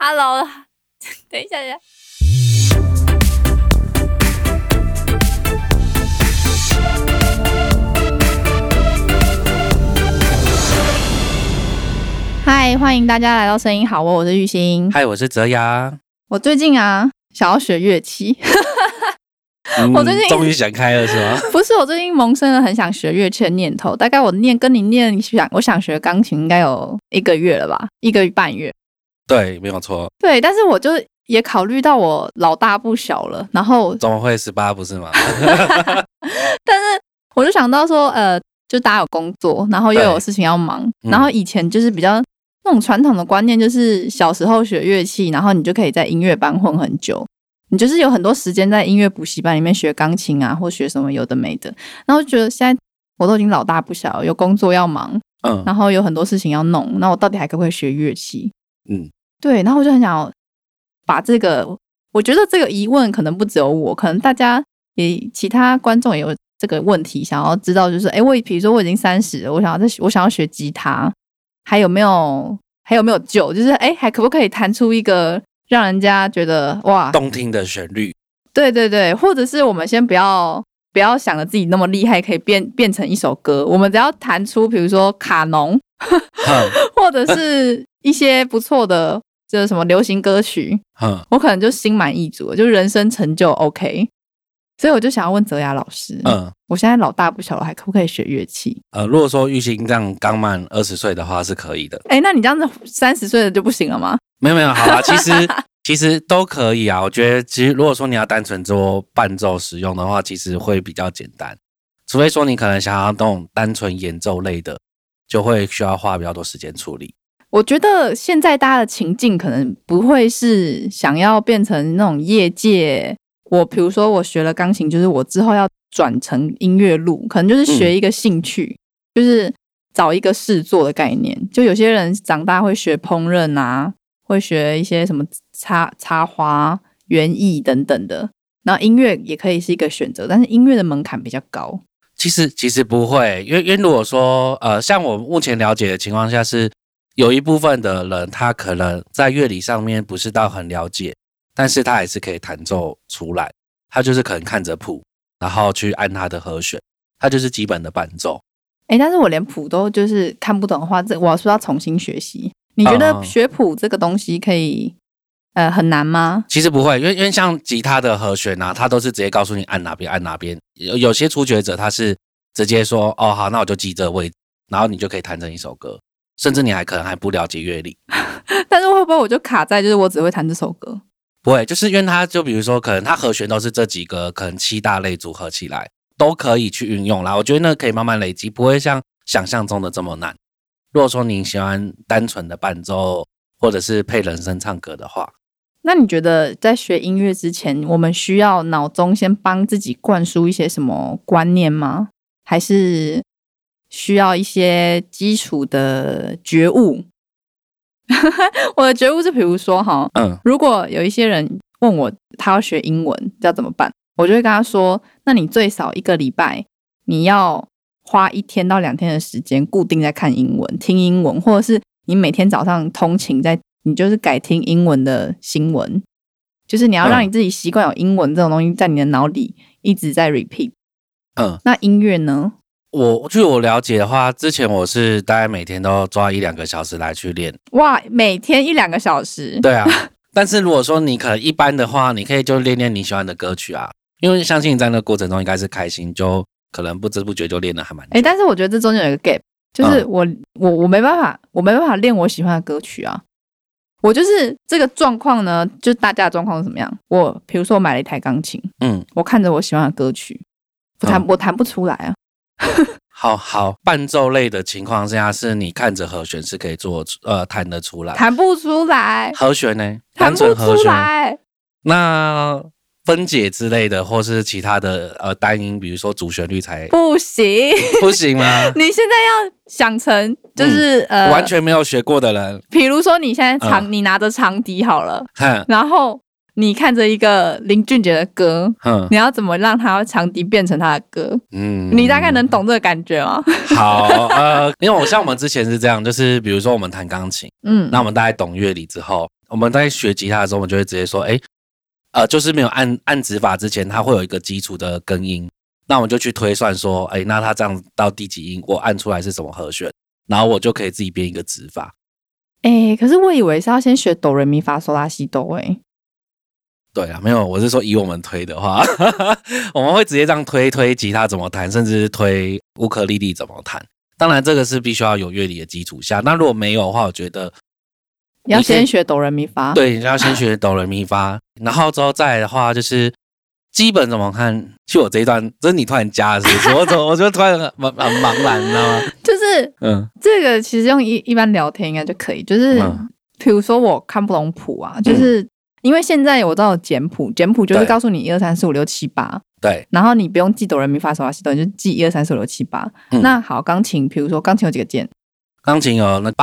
Hello， 等一下，嗨，欢迎大家来到声音好窝，我是玉兴。 嗨，我是泽雅。 我最近啊，想要学乐器。我最近终于想开了是吗？ 不是，我最近萌生了很想学乐器的念头。大概我跟你念，我想学钢琴应该有1个月了吧，1个半月。 对，没有错。 对，但是我就也考虑到我老大不小了，然后怎么会18不是吗？ 但是我就想到说，就大家有工作，然后又有事情要忙，然后以前就是比较那种传统的观念，就是小时候学乐器，然后你就可以在音乐班混很久，你就是有很多时间在音乐补习班里面学钢琴啊，或学什么有的没的。然后就觉得现在我都已经老大不小了，有工作要忙，然后有很多事情要弄，那我到底还可不可以学乐器？对，然后我就很想把这个，我觉得这个疑问可能不只有我，可能大家也其他观众也有这个问题，想要知道就是，比如说我已经30了，我想要学吉他，还有没有救？就是还可不可以弹出一个让人家觉得哇动听的旋律？ 对对对，或者是我们先不要想着自己那么厉害，可以变成一首歌，我们只要弹出比如说卡农，或者是一些不错的。就是什么流行歌曲，我可能就心满意足了，就人生成就 OK。所以我就想要问泽雅老师，我现在老大不小了，还可不可以学乐器？ 如果说玉兴这样刚满20岁的话是可以的。 那你这样子30岁的就不行了吗？ 没有，好啦，其实都可以啊。我觉得其实如果说你要单纯做伴奏使用的话，其实会比较简单。除非说你可能想要那种单纯演奏类的，就会需要花比较多时间处理。 我觉得现在大家的情境可能不会是想要变成那种业界，比如说我学了钢琴，就是我之后要转成音乐路，可能就是学一个兴趣，就是找一个事做的概念。就有些人长大会学烹饪啊，会学一些什么插花、园艺等等的，然后音乐也可以是一个选择，但是音乐的门槛比较高。 其实不会，因为如果说像我目前了解的情况下是。有一部分的人，他可能在乐理上面不是到很了解，但是他还是可以弹奏出来。他就是可能看着谱，然后去按他的和弦，他就是基本的伴奏。 但是我连谱都就是看不懂的话，我是不是要重新学习？你觉得学谱这个东西可以很难吗？ 其实不会，因为像吉他的和弦啊，他都是直接告诉你按哪边按哪边。有些初学者他是直接说好，那我就记这个位置，然后你就可以弹成一首歌。甚至你可能还不了解乐理。 但是会不会我就卡在就是我只会弹这首歌？ 不会，就是因为它就比如说可能它和弦都是这几个可能7大类组合起来都可以去运用啦。我觉得那可以慢慢累积，不会像想象中的这么难。如果说你喜欢单纯的伴奏或者是配人声唱歌的话， 那你觉得在学音乐之前，我们需要脑中先帮自己灌输一些什么观念吗？还是需要一些基础的觉悟？我的觉悟是比如说如果有一些人问我他要学英文要怎么办，我就会跟他说，那你最少1个礼拜你要花1天到2天的时间固定在看英文听英文，或者是你每天早上通勤你就是改听英文的新闻，就是你要让你自己习惯有英文这种东西在你的脑里一直在 repeat。那音乐呢？ 据我了解的话，之前我是大概每天都抓1-2个小时来去练。 哇，每天1-2个小时？对啊。但是如果说你可能一般的话，你可以就练你喜欢的歌曲啊，因为相信你在那个过程中应该是开心，就可能不知不觉就练得还蛮久。 但是我觉得这中间有一个 gap， 就是我没办法练我喜欢的歌曲啊。我就是这个状况呢，就是大家的状况是怎么样？比如说我买了一台钢琴，我看着我喜欢的歌曲，我弹不出来啊。 好，伴奏类的情况下，是你看着和弦是可以弹得出来， 弹不出来。和弦呢？ 弹不出来。 那分解之类的，或是其他的单音，比如说主旋律才不行， 不行吗？ 你现在要想成就是完全没有学过的人， 比如说你现在你拿着长笛好了，然后你看着一个林俊杰的歌，你要怎么让他长笛变成他的歌？你大概能懂这个感觉吗？ 好，因为像我们之前是这样，就是比如说我们弹钢琴，那我们大概懂乐理之后， 我们在学吉他的时候，我们就会直接说，就是没有按指法之前，它会有一个基础的根音，那我们就去推算说，那它这样到第几音，我按出来是什么和弦，然后我就可以自己编一个指法。 可是我以为是要先学哆来咪发嗦拉西哆对啊，没有，我是说以我们推的话，我们会直接这样推吉他怎么弹，甚至是推乌克丽丽怎么弹。当然，这个是必须要有乐理的基础下。那如果没有的话，我觉得要先学哆来咪发。 对，要先学哆来咪发，然后之后再来的话就是基本怎么看。就我这一段，这是你突然加的是不是？我就突然很茫然，你知道吗？ 就是这个其实用一般聊天应该就可以。就是比如说我看不懂谱啊，就是因为现在我知道有简谱就是告诉你1 2 3 4 5 6 7 8。对，然后你不用记哆来咪发嗦拉西哆，你就记1 2 3 4 5 6 7 8。那好，钢琴，比如说钢琴有几个键？钢琴有那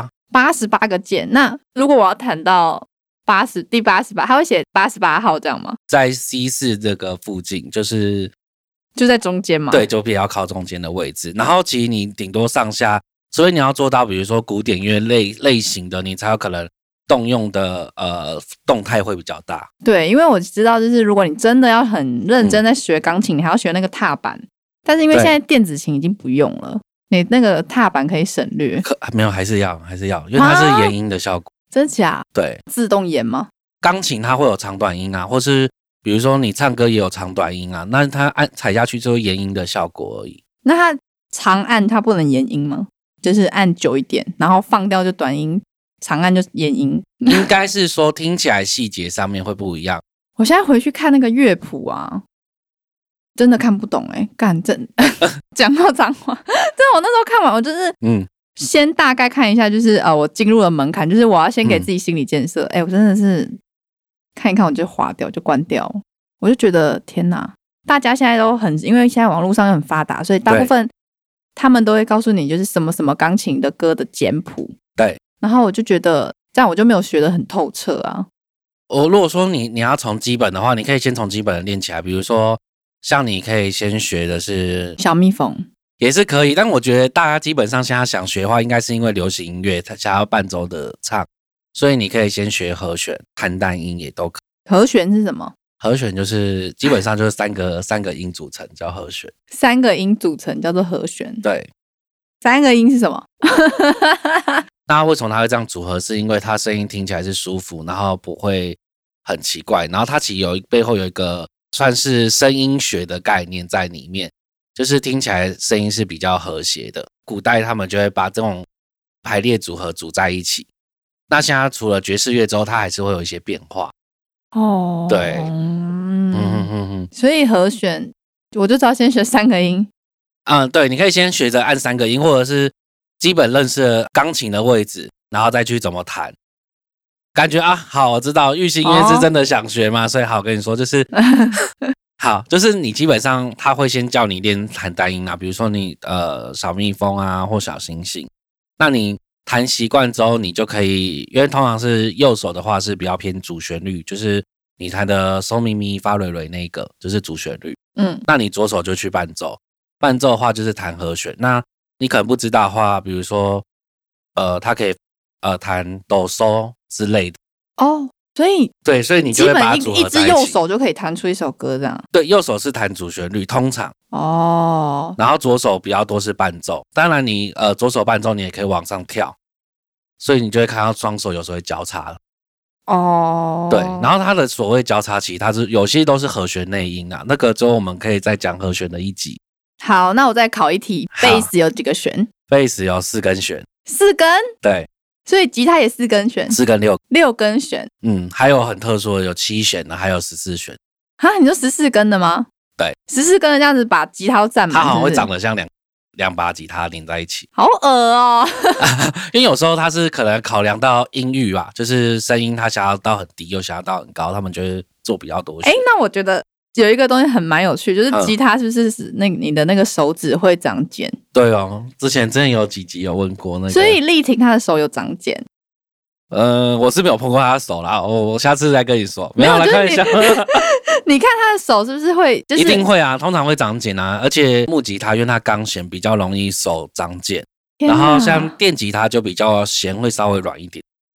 88个键。那如果我要弹到第88，他会写88号这样吗？在 C4 这个附近，就在中间嘛。对，就比较靠中间的位置。然后其实你顶多上下，所以你要做到比如说古典乐类型的，你才有可能动用的动态会比较大。对，因为我知道就是如果你真的要很认真在学钢琴，你还要学那个踏板。但是因为现在电子琴已经不用了，你那个踏板可以省略。没有，还是要，因为它是延音的效果。真假？对，自动延吗？钢琴它会有长短音啊，或是比如说你唱歌也有长短音啊，那它踩下去就延音的效果而已。那它长按它不能延音吗？就是按久一点，然后放掉就短音，长按就延音。应该是说听起来细节上面会不一样。我现在回去看那个乐谱啊，真的看不懂干真讲到脏话，真的我那时候看完我就是先大概看一下，就是我进入了门槛，就是我要先给自己心理建设。我真的是看一看我就划掉就关掉，我就觉得天哪，大家现在都因为现在网络上又很发达，所以大部分他们都会告诉你就是什么什么钢琴的歌的简谱。对，然后我就觉得这样我就没有学得很透彻啊。如果说你要从基本的话，你可以先从基本的练起来，比如说像你可以先学的是小蜜蜂。也是可以，但我觉得大家基本上现在想学的话，应该是因为流行音乐它想要伴奏的唱，所以你可以先学和弦，弹单音也都可以。和弦是什么？和弦就是基本上就是三个音组成叫和弦。3个音组成叫做和弦。对，3个音是什么？那为什么它会这样组合？是因为它声音听起来是舒服，然后不会很奇怪，然后它其实背后有一个算是声音学的概念在里面。就是听起来声音是比较和谐的，古代他们就会把这种排列组合组在一起。那现在除了爵士乐之后，它还是会有一些变化。对，所以和弦我就只要先学3个音。对，你可以先学着按3个音，或者是基本认识钢琴的位置，然后再去怎么弹。感觉好，我知道玉兴因为是真的想学嘛，所以好跟你说就是好，就是你基本上他会先叫你练弹单音啊，比如说你小蜜蜂啊或小星星，那你弹习惯之后，你就可以，因为通常是右手的话是比较偏主旋律，就是你弹的嗦咪咪发蕊蕊那个就是主旋律，那你左手就去伴奏的话就是弹和弦。那你可能不知道的话，比如说它可以弹哆嗦之类的所以你就会把它组合在一起，一只右手就可以弹出一首歌这样。对，右手是弹主旋律，通常然后左手比较多是伴奏。当然你左手伴奏你也可以往上跳，所以你就会看到双手有时候会交叉了。对，然后它的所谓交叉期，它是有些都是和弦内音啊，那个之后我们可以再讲和弦的一集。好，那我再考一题，贝斯有几个弦？贝斯有4根弦。4根？对。所以吉他也4根弦，4跟6根弦。还有很特殊的有7弦的，还有14弦。你说14根的吗？对，14根的这样子把吉他占满，它好像会长得像两把吉他连在一起，好恶哦。因为有时候它是可能考量到音域吧，就是声音它想要到很低又想要到很高，他们就会做比较多弦。那我觉得有一个东西很蛮有趣，就是吉他是不是你的那个手指会长茧？对哦，之前真的有几集有问过那个。所以丽婷她的手有长茧？我是没有碰过她的手啦，我下次再跟你说。没有来看一下。你看她的手是不是会？一定会啊，通常会长茧啊，而且木吉他因为它钢弦比较容易手长茧，然后像电吉他就比较弦会稍微软一点。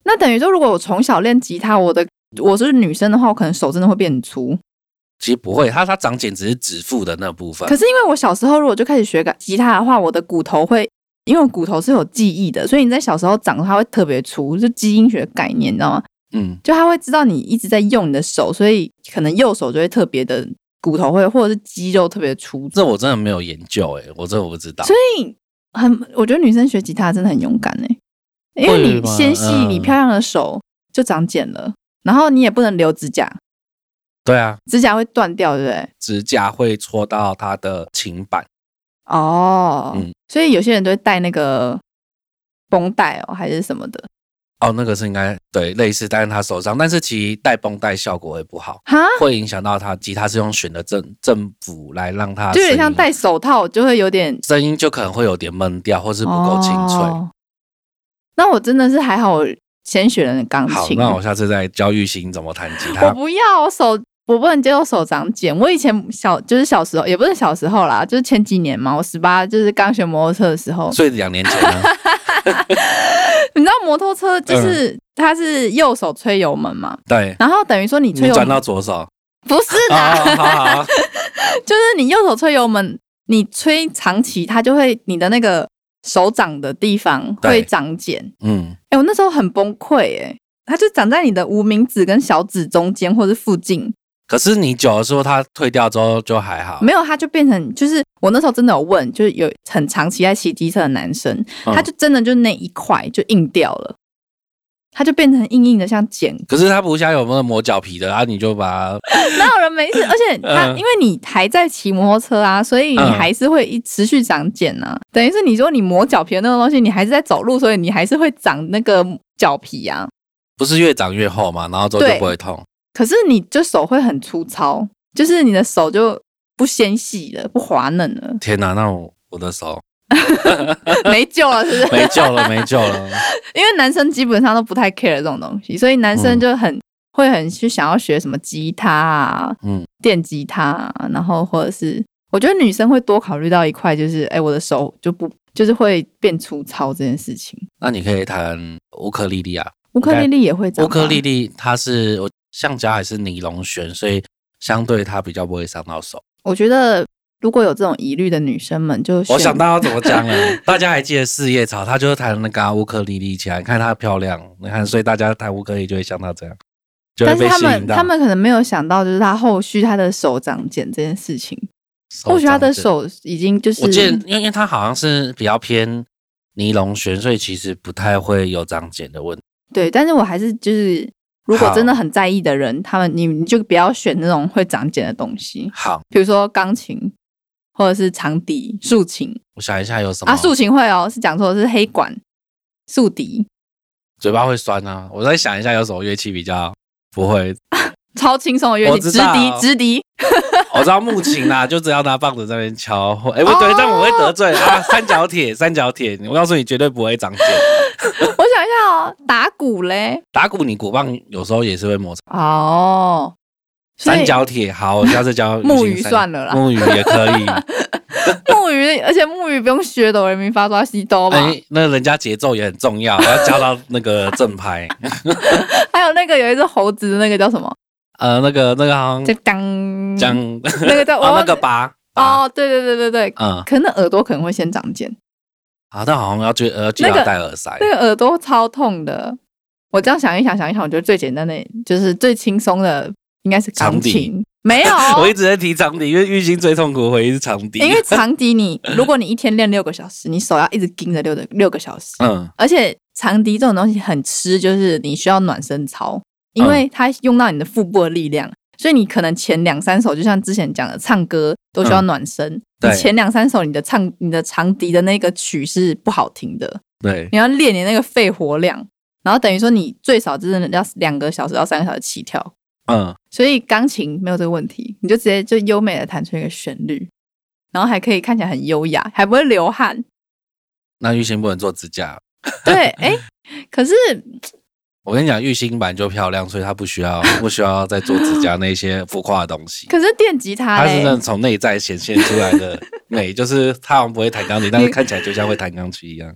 那等于说，如果我从小练吉他，我是女生的话，我可能手真的会变很粗。 其实不会，它长茧只是指腹的那部分。 可是因为我小时候如果就开始学吉他的话，我的骨头会，因为我骨头是有记忆的，所以你在小时候长它会特别粗，就基因学概念，你知道吗？就它会知道你一直在用你的手，所以可能右手就会特别的骨头会，或者是肌肉特别粗。 这我真的没有研究我这我不知道。 所以我觉得女生学吉他真的很勇敢因为你纤细，你漂亮的手就长茧了，然后你也不能留指甲。 对啊， 指甲会断掉，对不对？ 指甲会戳到它的琴板。 所以有些人都会带那个绷带还是什么的。 那个是应该对类似戴在他手上，但是其实戴绷带效果会不好，会影响到他吉他是用弦的振幅来让它就有点像戴手套，就会有点声音就可能会有点闷掉，或是不够清脆。 那我真的是还好，我先学了钢琴。 好，那我下次再教玉兴怎么弹吉他。 我不要，我不能接受手长茧。我以前就是小时候，也不是小时候啦，就是前几年嘛，我18就是刚学摩托车的时候， 所以2年前呢。 你知道摩托车就是它是右手吹油门嘛？ 对。 然后等于说你吹油门转到左手， 不是的，好就是你右手吹油门，你吹长期，它就会你的那个手掌的地方会长茧。我那时候很崩溃它就长在你的无名指跟小指中间或是附近。 可是你久了说它退掉之后就还好？ 没有，它就变成就是我那时候真的有问，就是有很长期在骑机车的男生，他就真的就那一块就硬掉了，它就变成硬硬的像茧。 可是它不像有没有磨脚皮的你就把它哪有人没事？而且它因为你还在骑摩托车啊，所以你还是会持续长茧啊。等于是你说你磨脚皮的那种东西，你还是在走路，所以你还是会长那个脚皮啊。 不是越长越厚嘛，然后之后就不会痛。 可是你就手会很粗糙，就是你的手就不纤细了，不滑嫩了。天哪，那我的手没救了，是不是？ 没救了，没救了。 因为男生基本上都不太 care 这种东西，所以男生就会很去想要学什么吉他啊，电吉他啊，然后或者是我觉得女生会多考虑到一块，就是我的手就是会变粗糙这件事情。 那你可以弹乌克丽丽啊。 乌克丽丽也会长。 乌克丽丽它是橡胶还是尼龙弦，所以相对它比较不会伤到手。 我觉得如果有这种疑虑的女生们就我想到要怎么讲了。大家还记得四叶草，她就是弹那个乌克丽丽起来，看她漂亮，你看，所以大家弹乌克丽丽就会像她这样，就会被吸引到。 但是他们可能没有想到，就是她后续她的手长茧这件事情。或许她的手已经就是， 我记得因为她好像是比较偏尼龙弦，所以其实不太会有长茧的问题。 对，但是我还是就是如果真的很在意的人，你就不要选那种会长茧的东西。 好， 比如说钢琴或者是长笛、竖琴。 我想一下有什么竖琴会是讲错的是黑管、竖笛。 嘴巴会酸啊！我再想一下有什么乐器比较不会。 超轻松的乐器，直笛。 我知道木琴啦，就只要拿棒子在那边敲。不对，这样我会得罪三角铁，我告诉你绝对不会长茧。 我想一下打鼓嘞， 打鼓你鼓棒有时候也是会摩擦。三角铁好，我下次教木鱼算了啦， 木鱼也可以。 木鱼，而且木鱼不用学哆来咪发嗦西哆吧？ 那人家节奏也很重要，要教到那个正拍。 还有那个有一只猴子的那个叫什么？ 那个好像就当那个叫那个拔。 对，可能耳朵可能会先长茧。但好像要戴耳塞， 那个耳朵超痛的。我这样想一想，我觉得最简单的就是最轻松的应该是钢琴。没有， 我一直在提长笛，因为玉兴最痛苦的回忆是长笛。 因为长笛如果你一天练6个小时，你手要一直盯着6个小时。而且长笛这种东西很吃，就是你需要暖身操，因为它用到你的腹部的力量，所以你可能前2-3首，就像之前讲的，唱歌都需要暖身。你前2-3首你的长笛的那个曲是不好听的。 对， 你要练你那个肺活量，然后等于说你最少真的要2个小时到3个小时起跳。所以钢琴没有这个问题，你就直接就优美的弹出一个旋律，然后还可以看起来很优雅，还不会流汗。 那玉兴不能做指甲。 对，可是我跟你讲，玉兴版就漂亮，所以他不需要再做指甲那些浮夸的东西。 可是电吉他， 他是那种从内在显现出来的美，就是他好像不会弹钢琴，但是看起来就像会弹钢琴一样。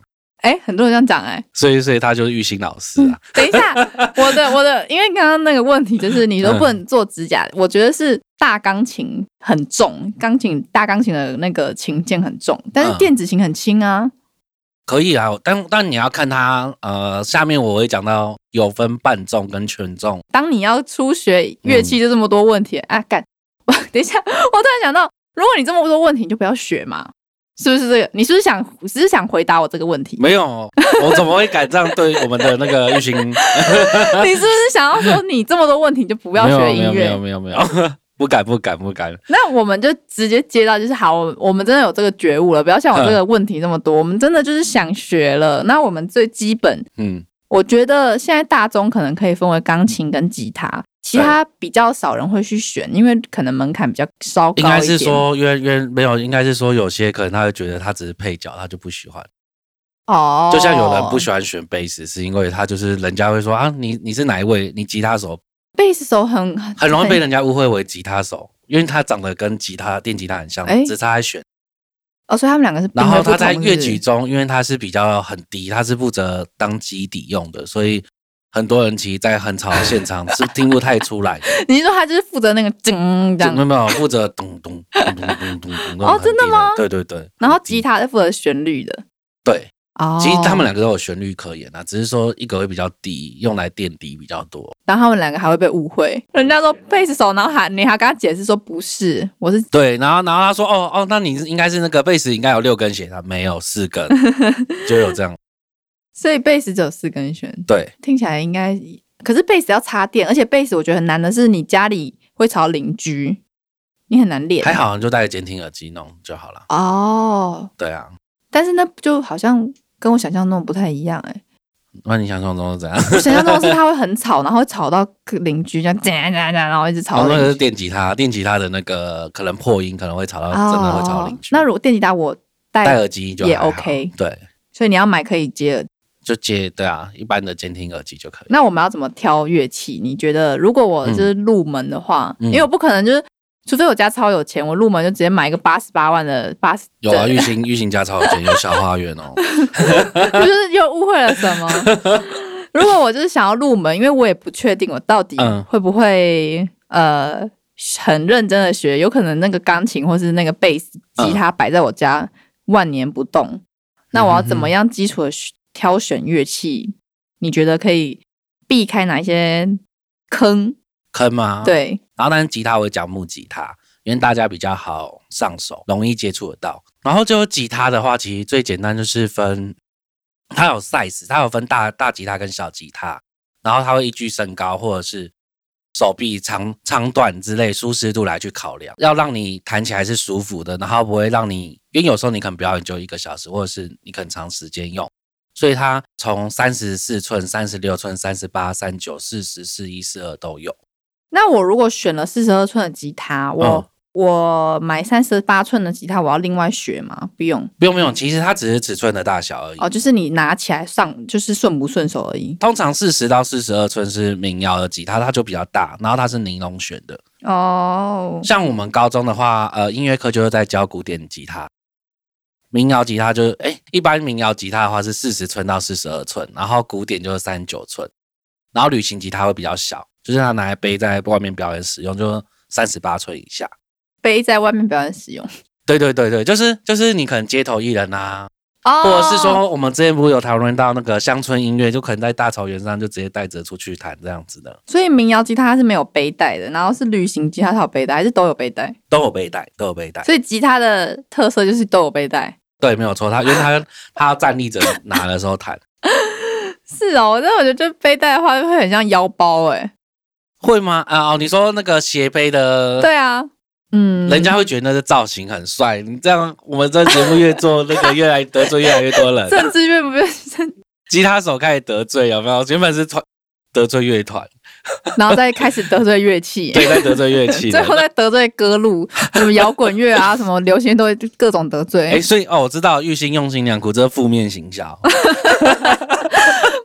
很多人这样讲所以他就是玉兴老师啊。 等一下，我的，因为刚刚那个问题就是你说不能做指甲，我觉得是大钢琴很重，大钢琴的那个琴键很重，但是电子琴很轻啊。 可以啊，但你要看它，下面我会讲到有分半重跟全重。 当你要初学乐器就这么多问题等一下，我突然想到，如果你这么多问题，你就不要学嘛。是不是这个？你是不是想回答我这个问题？ 没有，我怎么会敢这样对我们的那个玉兴？你是不是想要说你这么多问题就不要学音乐？ 没有，不敢。 那我们就直接接到，就是好，我们真的有这个觉悟了，不要像我这个问题这么多，我们真的就是想学了。那我们最基本，我觉得现在大宗可能可以分为钢琴跟吉他。其他比较少人会去选，因为可能门槛比较稍高一点。 应该是说，没有，应该是说有些可能他会觉得他只是配角，他就不喜欢。就像有人不喜欢选贝斯，是因为他就是人家会说啊，你是哪一位？你吉他手？ 贝斯手很容易被人家误会为吉他手，因为他长得跟电吉他很像，只差在选。 所以他们两个是。 然后他在乐曲中，因为他是比较很低，他是负责当基底用的，所以。很多人其实，在很吵的现场是听不太出来的。 你是说他就是负责那个这样？ 没有，负责咚咚咚咚咚咚咚。 哦，真的吗？ 对。 然后吉他是负责旋律的。 对。其实他们两个都有旋律可言啊，只是说一个会比较低，用来垫底比较多。 然后他们两个还会被误会，人家说贝斯手，然后你还跟他解释说不是，我是对，然后他说哦，那你应该是那个贝斯应该有6根弦，他没有4根，就有这样。 所以贝斯只有4根弦， 对， 听起来应该，可是贝斯要插电，而且贝斯我觉得很难的是，你家里会吵邻居，你很难练。 还好，就戴监听耳机弄就好了。对啊， 但是那就好像跟我想象中不太一样那你想象中是怎样？ 我想象中是它会很吵，然后会吵到邻居这样，然后一直吵。 那个是电吉他的那个可能破音可能会吵到，真的会吵到邻居。 那如果电吉他我戴耳机就也 OK， 对。 所以你要买可以接耳机。 就接对啊，一般的监听耳机就可以。 那我们要怎么挑乐器？你觉得如果我就是入门的话，因为我不可能就是，除非我家超有钱，我入门就直接买一个88万的80。 有啊，玉兴家超有钱，有小花园哦。 就是又误会了什么？如果我就是想要入门，因为我也不确定我到底会不会很认真的学，有可能那个钢琴或是那个贝斯吉他摆在我家万年不动。那我要怎么样基础的挑选乐器？你觉得可以避开哪一些坑吗？ 对。 然后当然吉他我会讲木吉他，因为大家比较好上手，容易接触得到。然后就吉他的话，其实最简单就是分，它有 size， 它有分大吉他跟小吉他，然后它会依据身高或者是手臂长短之类舒适度来去考量，要让你弹起来是舒服的，然后不会让你，因为有时候你可能表演就1个小时，或者是你可能长时间用，所以它从34寸、36寸、38、39、40、41、42都有。 那我如果选了42寸的吉他，我买38寸的吉他，我要另外学吗？不用， 其实它只是尺寸的大小而已。 就是你拿起来上就是顺不顺手而已。 通常40到42寸是民谣的吉他，它就比较大，然后它是尼龙弦的。像我们高中的话，音乐课就是在教古典吉他。民谣吉他就是一般民谣吉他的话是40寸到42寸，然后古典就是39寸，然后旅行吉他会比较小，就是它拿来背在外面表演使用，就38寸以下。 背在外面表演使用。 对，就是你可能街头艺人啊，或者是说我们之前不是有讨论到那个乡村音乐，就可能在大草原上就直接带着出去弹这样子的。所以民谣吉他它是没有背带的，然后是旅行吉他它有背带，还是都有背带？ 都有背带。 所以吉他的特色就是都有背带。 对，没有错，因为他要站立着拿的时候弹。 是哦，但我觉得就背带的话会很像腰包会吗？你说那个斜背的？ 对啊。 人家会觉得那个造型很帅，你这样我们这节目越做那个越来得罪越来越多人， 政治越不越吉他手开始得罪有没有？原本是得罪乐团， 然后再开始得罪乐器， 对，再得罪乐器， 最后再得罪歌路，什么摇滚乐啊，什么流行都各种得罪。 所以我知道玉兴用心良苦，这是负面行销。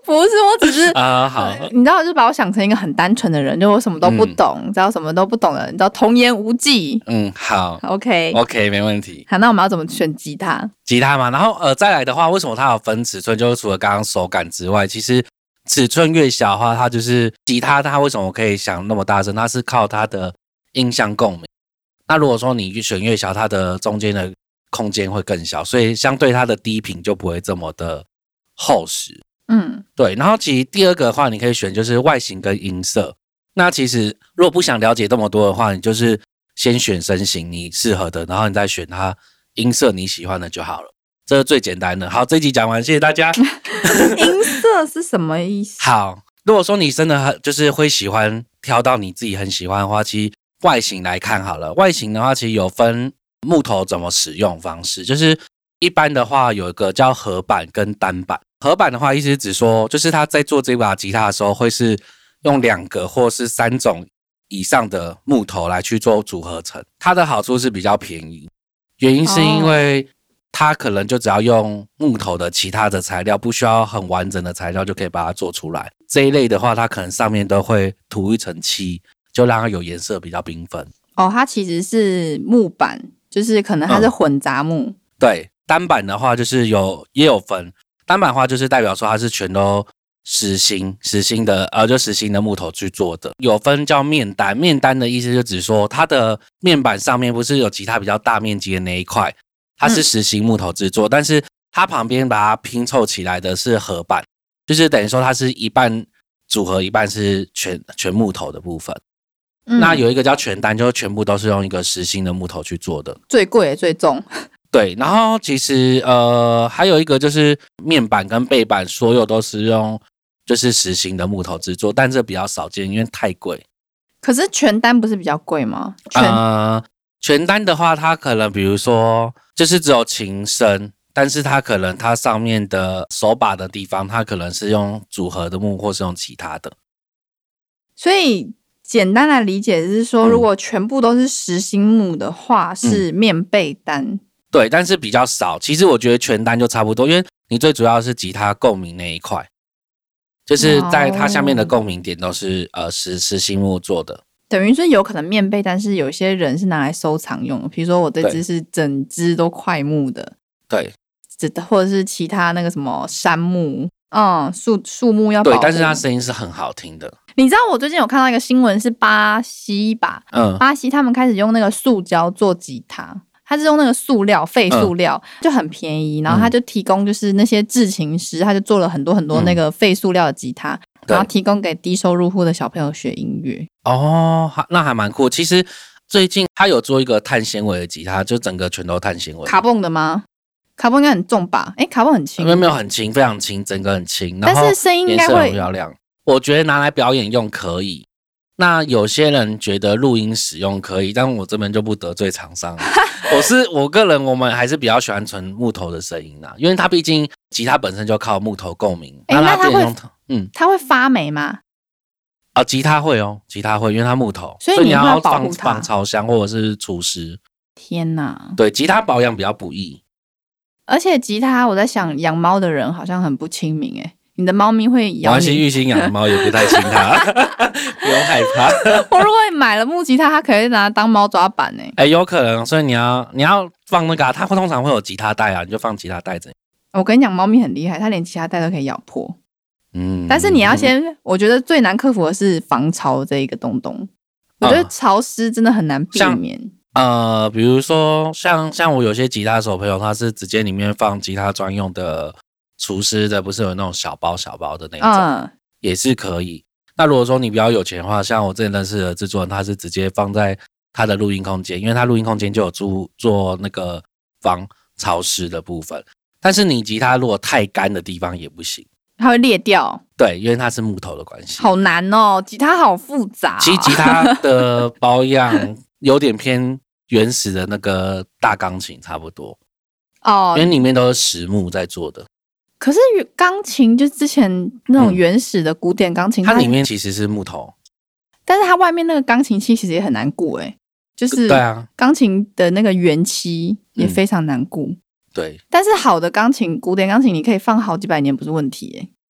不是，我只是好， 你知道，就把我想成一个很单纯的人，就我什么都不懂，你知道什么都不懂的人，你知道童言无忌。 好 ，OK， 没问题。 好，那我们要怎么选吉他？ 吉他嘛，然后再来的话，为什么它有分尺寸？就是除了刚刚手感之外，其实尺寸越小的话，它就是吉他，它为什么可以响那么大声？它是靠它的音箱共鸣。那如果说你选越小，它的中间的空间会更小，所以相对它的低频就不会这么的厚实。对。然后其实第二个的话，你可以选就是外形跟音色。那其实如果不想了解这么多的话，你就是先选身形你适合的，然后你再选它音色你喜欢的就好了，这是最简单的。好，这一集讲完，谢谢大家。 音色是什么意思？ 好，如果说你真的就是会喜欢挑到你自己很喜欢的话，其实外形来看好了。外形的话，其实有分木头怎么使用方式，就是一般的话有一个叫合板跟单板。合板的话，意思是指说，就是他在做这把吉他的时候，会是用2个或是3种以上的木头来去做组合成。它的好处是比较便宜，原因是因为它可能就只要用木头的其他的材料，不需要很完整的材料就可以把它做出来。这一类的话，它可能上面都会涂一层漆，就让它有颜色比较缤纷。 它其实是木板，就是可能它是混杂木。 对，单板的话就是也有分。单板的话就是代表说它是全都实心的木头去做的。有分叫面单，面单的意思就只说它的面板上面不是有吉他比较大面积的那一块，它是实心木头制作，但是它旁边把它拼凑起来的是合板，就是等于说它是一半组合，一半是全木头的部分。那有一个叫全单，就是全部都是用一个实心的木头去做的， 最贵也最重。 对，然后其实还有一个就是面板跟背板，所有都是用就是实心的木头制作，但这比较少见，因为太贵。 可是全单不是比较贵吗？ 全单的话，它可能比如说就是只有琴身，但是它可能它上面的手把的地方，它可能是用组合的木或是用其他的。 所以简单来理解是说，如果全部都是实心木的话，是面背单。 对，但是比较少。其实我觉得全单就差不多，因为你最主要是吉他共鸣那一块，就是在它下面的共鸣点都是实心木做的。 等于是有可能面背，但是有些人是拿来收藏用的，比如说我这只是整只都块木的， 对， 或者是其他那个什么杉木，树木要保护。 对，但是它声音是很好听的。 你知道我最近有看到一个新闻，是巴西吧？巴西他们开始用那个塑胶做吉他。他是用那个废塑料，就很便宜，然后他就提供就是那些制琴师，他就做了很多很多那个废塑料的吉他，然后提供给低收入户的小朋友学音乐。 那还蛮酷。其实最近他有做一个碳纤维的吉他，就整个全都碳纤维。 卡蹦的吗？卡蹦应该很重吧？卡蹦很轻。 没有很轻，非常轻，整个很轻， 但是声音应该会很漂亮。我觉得拿来表演用可以。那有些人觉得录音使用可以，但我这边就不得罪厂商。我个人，我们还是比较喜欢纯木头的声音啦，因为它毕竟吉他本身就靠木头共鸣。 那它会发霉吗？ 吉他会，因为它木头， 所以你要放潮箱或者是除湿。 天哪！ 对，吉他保养比较不易， 而且吉他我在想，养猫的人好像很不亲民你的猫咪会咬你。 关系玉兴养的猫也不太亲它，不用害怕。 我如果你买了木吉他，它可以拿它当猫抓板有可能，所以你要放那个它会通常会有吉他带你就放吉他带着。 我跟你讲，猫咪很厉害，它连吉他带都可以咬破。但是你要我觉得最难克服的是防潮这一个东东。我觉得潮湿真的很难避免。 比如说像我有些吉他手朋友，他是直接里面放吉他专用的。除湿的不是有那种小包的那种，也是可以。那如果说你比较有钱的话，像我之前认识的制作人，他是直接放在他的录音空间，因为他录音空间就有做那个防潮湿的部分。但是你吉他如果太干的地方也不行， 它会裂掉。 对，因为它是木头的关系。 好难哦，吉他好复杂。 其实吉他的保养有点偏原始的那个大钢琴差不多因为里面都是实木在做的。 可是钢琴就之前那种原始的古典钢琴， 它里面其实是木头， 但是它外面那个钢琴漆其实也很难顾就是对啊， 钢琴的那个原漆也非常难顾。 对， 但是好的古典钢琴你可以放好几百年不是问题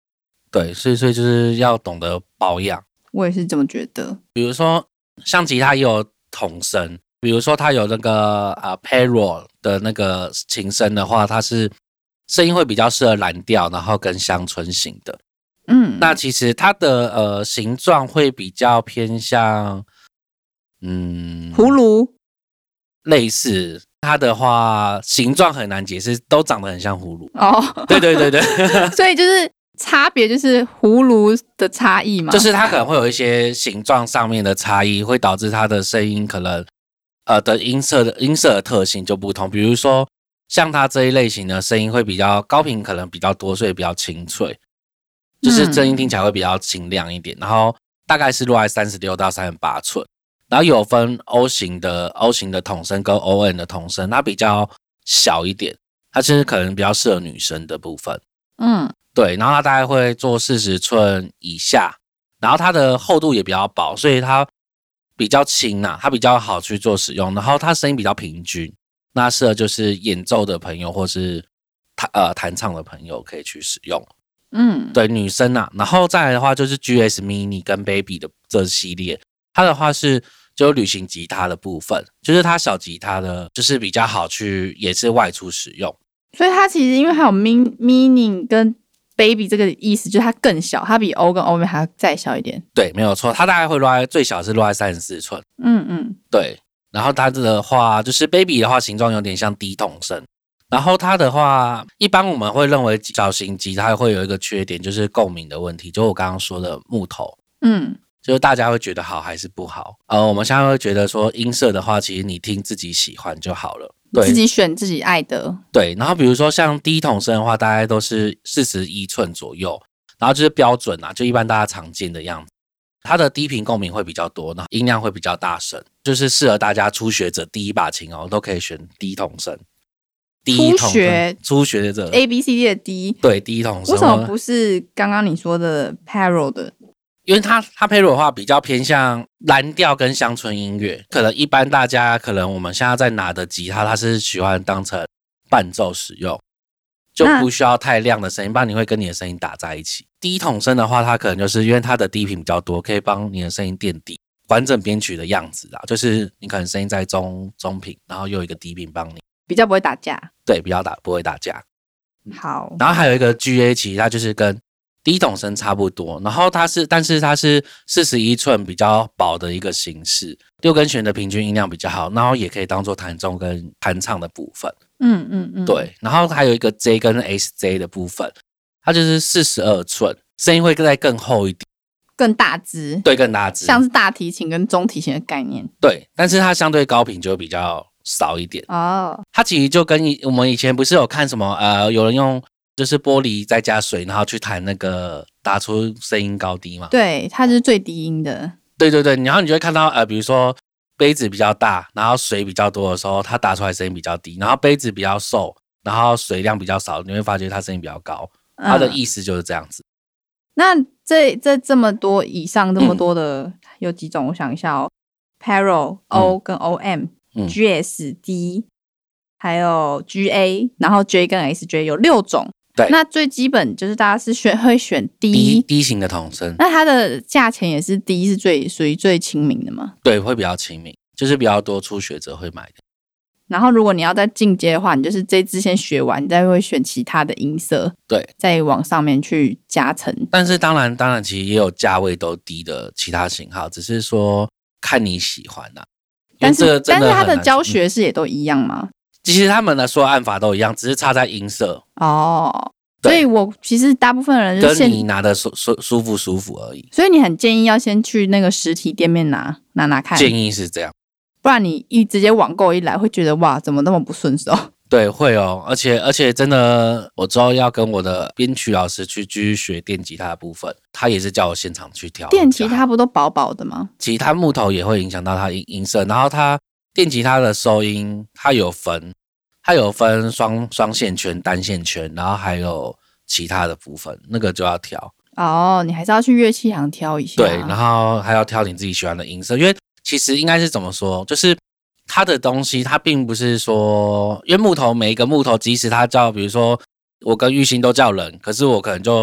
对，所以就是要懂得保养。 我也是这么觉得。 比如说像吉他也有筒声，比如说它有那个Perro 的那个琴声的话，它是声音会比较适合蓝调，然后跟乡村型的。那其实它的形状会比较偏向葫芦， 类似。它的话形状很难解释，都长得很像葫芦。对对对对， 所以就是差别就是葫芦的差异嘛， 就是它可能会有一些形状上面的差异，会导致它的声音可能的音色的特性就不同。比如说像它这一类型的声音会比较高频，可能比较多，所以比较清脆，就是声音听起来会比较清亮一点。然后大概是落在36到38寸。然后有分 O 型的筒声跟 ON 的筒声，它比较小一点，它其实可能比较适合女生的部分。对，然后它大概会做40寸以下，然后它的厚度也比较薄，所以它比较轻啊，它比较好去做使用，然后它声音比较平均，那适合就是演奏的朋友或是弹唱的朋友可以去使用。对，女生啊，然后再来的话就是 GS Mini 跟 Baby 的这系列，它的话是就旅行吉他的部分，就是它小吉他的就是比较好去也是外出使用。 所以它其实因为还有 Mini 跟 Baby 这个意思，就是它更小，它比 O 跟 O 还要再小一点。 对，没有错，它大概会落在最小是落在34寸。对，然后它的话就是 Baby 的话形状有点像低筒声，然后它的话一般我们会认为小型吉他会有一个缺点，就是共鸣的问题，就我刚刚说的木头。就是大家会觉得好还是不好？我们现在会觉得说音色的话，其实你听自己喜欢就好了，对， 自己选自己爱的。 对，然后比如说像低筒声的话，大概都是41寸左右，然后就是标准啊，就一般大家常见的样子。它的低频共鸣会比较多，然后音量会比较大声，就是适合大家初学者第一把琴哦，都可以选低筒声。初学者 ABCD 的低， 对，低筒声。 为什么不是刚刚你说的 Perro 的？ 因为它配入的话比较偏向蓝调跟乡村音乐，可能一般大家可能我们现在在拿的吉他，它是喜欢当成伴奏使用，就不需要太亮的声音，不然你会跟你的声音打在一起。低筒声的话，它可能就是因为它的低频比较多，可以帮你的声音垫底，完整编曲的样子啦，就是你可能声音在中频，然后又有一个低频帮你， 比较不会打架。 对，不会打架。 好， 然后还有一个 GA， 其实它就是跟低筒声差不多，然后但是它是41寸比较薄的一个形式，6根弦的平均音量比较好，然后也可以当做弹奏跟弹唱的部分。对，然后还有一个 J 跟 SJ 的部分，它就是42寸，声音会再更厚一点， 更大支。 对，更大支， 像是大提琴跟中提琴的概念。 对，但是它相对高频就比较少一点。它其实就跟我们以前不是有看什么有人用就是玻璃再加水，然后去弹那个打出声音高低嘛。 对，它是最低音的。 对对对，然后你就会看到比如说杯子比较大，然后水比较多的时候，它打出来声音比较低；然后杯子比较瘦，然后水量比较少，你会发觉它声音比较高。它的意思就是这样子。 那这么多以上这么多的有几种？我想一下哦 ，Perro O 跟 OM、GS D。还有 GA， 然后 J 跟 SJ 有6种。 对， 那最基本就是大家是会选低型的筒声。 那它的价钱也是低，是属于最亲民的吗？ 对，会比较亲民，就是比较多初学者会买的。 然后如果你要再进阶的话，你就是这支先学完，你再会选其他的音色， 对， 再往上面去加成。 但是当然其实也有价位都低的其他型号，只是说看你喜欢啊。 但是它的教学是也都一样吗？ 其实他们的说按法都一样，只是差在音色哦。所以我其实大部分人就跟你拿的舒服而已。 所以你很建议要先去那个实体店面拿看。 建议是这样， 不然你直接网购一来，会觉得哇，怎么那么不顺手？ 对，会哦，而且真的，我之后要跟我的编曲老师去继续学电吉他的部分，他也是叫我现场去调。 电吉他不都薄薄的吗？ 其实它木头也会影响到它音色，然后它电吉他的收音它有分双线圈、单线圈，然后还有其他的部分，那个就要调。 哦，你还是要去乐器行挑一下。 对，然后还要挑你自己喜欢的音色，因为其实应该是怎么说，就是它的东西它并不是说，因为每一个木头，即使它叫，比如说我跟玉兴都叫人，可是我可能就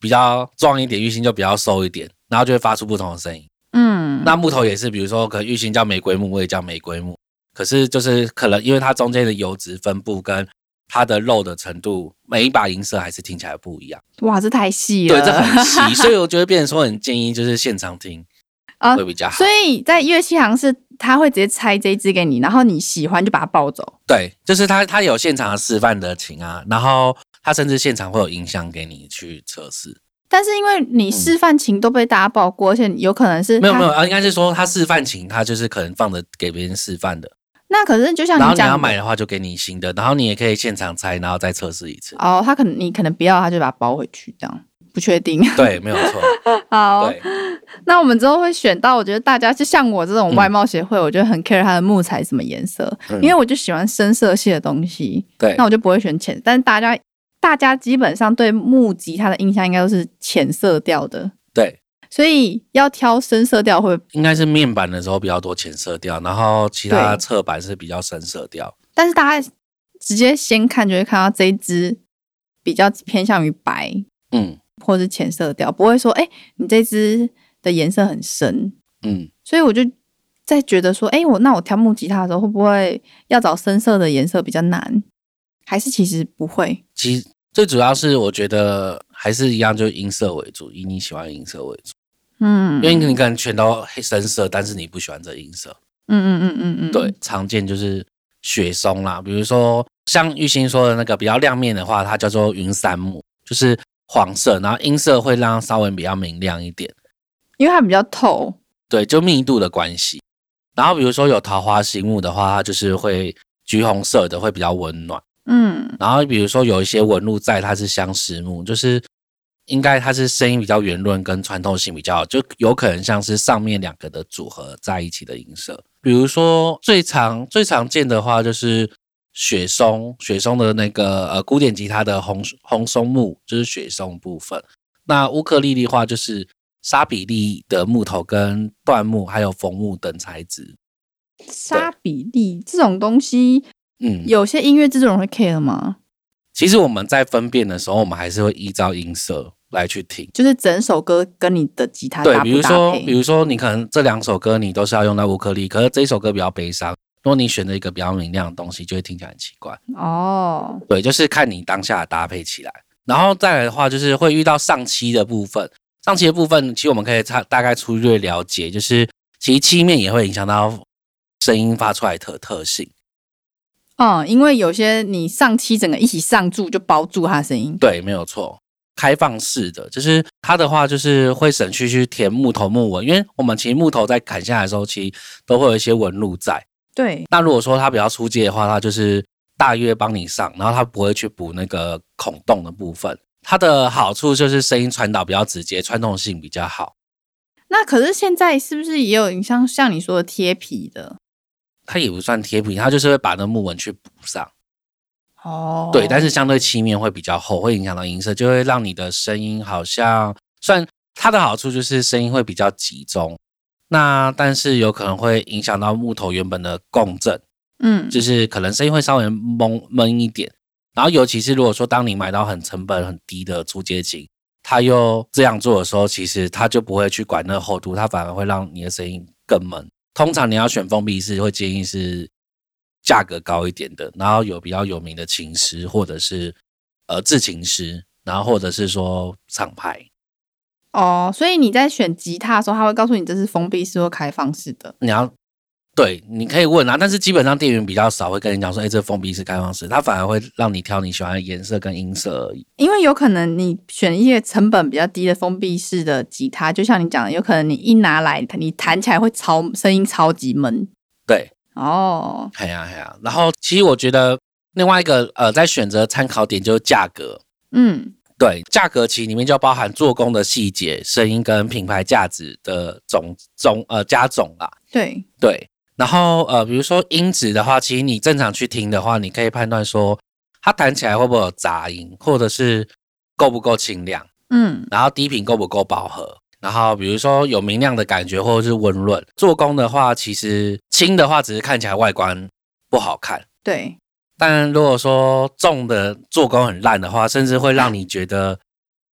比较壮一点，玉兴就比较瘦一点，然后就会发出不同的声音。那木头也是，比如说可能玉兴叫玫瑰木，我也叫玫瑰木，可是就是可能因为它中间的油脂分布跟它的肉的程度，每一把银色还是听起来不一样。 哇，这太细了。 对，这很细，所以我觉得变成说很建议就是现场听会比较好。 所以在乐器行是他会直接拆这一支给你，然后你喜欢就把它抱走。 对，就是他有现场的示范的琴啊，然后他甚至现场会有音箱给你去测试。 但是因为你示范琴都被大家抱过，而且有可能是没有应该是说他示范琴，他就是可能放着给别人示范的。 那可是就像你讲的， 然后你要买的话就给你新的，然后你也可以现场拆，然后再测试一次。 哦，你可能不要，他就把它包回去，这样不确定。 对，没有错。 好， 对， 那我们之后会选到，我觉得大家就像我这种外貌协会，我觉得很 care 它的木材什么颜色，因为我就喜欢深色系的东西。 对， 那我就不会选浅，但是大家基本上对木吉他的印象应该都是浅色调的。 对。 所以要挑深色调会应该是面板的时候比较多浅色调，然后其他侧板是比较深色调。 但是大家直接先看就会看到这一支比较偏向于白，或是浅色调，不会说你这支的颜色很深，所以我就在觉得说，那我挑木吉他的时候会不会要找深色的颜色比较难？还是其实不会？ 其实最主要是我觉得还是一样，就音色为主，以你喜欢的音色为主。因为你可能全都黑深色，但是你不喜欢这音色。对，常见就是雪松啦，比如说像玉兴说的那个比较亮面的话，它叫做云杉木，就是黄色，然后音色会让稍微比较明亮一点， 因为它比较透。 对，就密度的关系。然后比如说有桃花心木的话，它就是会橘红色的，会比较温暖。然后比如说有一些纹路在，它是相实木，就是应该它是声音比较圆润跟穿透性比较好，就有可能像是上面两个的组合在一起的音色。比如说最常见的话就是雪松的那个古典吉他的红松木，就是雪松部分。那乌克丽丽的话就是沙比利的木头跟椴木还有枫木等材质。 沙比利这种东西，有些音乐制作人会 care 吗？ 其实我们在分辨的时候，我们还是会依照音色来去听， 就是整首歌跟你的吉他搭不搭配。 比如说你可能这两首歌你都是要用到乌克丽，可是这一首歌比较悲伤，如果你选择一个比较明亮的东西，就会听起来很奇怪。对，就是看你当下的搭配起来。然后再来的话，就是会遇到上漆的部分。上漆的部分，其实我们可以大概粗略了解，就是其实漆面也会影响到声音发出来的特性。 因为有些你上漆整个一起上注就包住它的声音。 对，没有错。开放式的，就是它的话就是会省去填木头木纹，因为我们其实木头在砍下来的时候，其实都会有一些纹路在。 对。 那如果说它比较初阶的话，它就是大约帮你上，然后它不会去补那个孔洞的部分。它的好处就是声音传导比较直接，穿透性比较好。 那可是现在是不是也有像你说的贴皮的？ 它也不算贴皮，它就是会把那木纹去补上。对，但是相对漆面会比较厚，会影响到音色，就会让你的声音好像，虽然它的好处就是声音会比较集中，但是有可能会影响到木头原本的共振，就是可能声音会稍微闷一点。然后尤其是如果说当你买到成本很低的初阶琴，它又这样做的时候，其实它就不会去管那个厚度，它反而会让你的声音更闷。通常你要选封闭式，会建议是价格高一点的，然后有比较有名的琴师或者是制琴师，然后或者是说厂牌。 所以你在选吉他的时候，他会告诉你这是封闭式或开放式的。 对，你可以问啊，但是基本上店员比较少会跟你讲说，这封闭式开放式，他反而会让你挑你喜欢的颜色跟音色而已。 因为有可能你选一些成本比较低的封闭式的吉他，就像你讲的，有可能你一拿来，你弹起来会声音超级闷。 对，嘿呀，然后其实我觉得另外一个在选择参考点就是价格。对，价格其实里面就包含做工的细节、声音跟品牌价值的加总啦。对。然后比如说音质的话，其实你正常去听的话，你可以判断说它弹起来会不会有杂音，或者是够不够清亮，然后低频够不够饱和，然后比如说有明亮的感觉或者是温润。做工的话，其实轻的话只是看起来外观不好看， 对。 但如果说重的做工很烂的话，甚至会让你觉得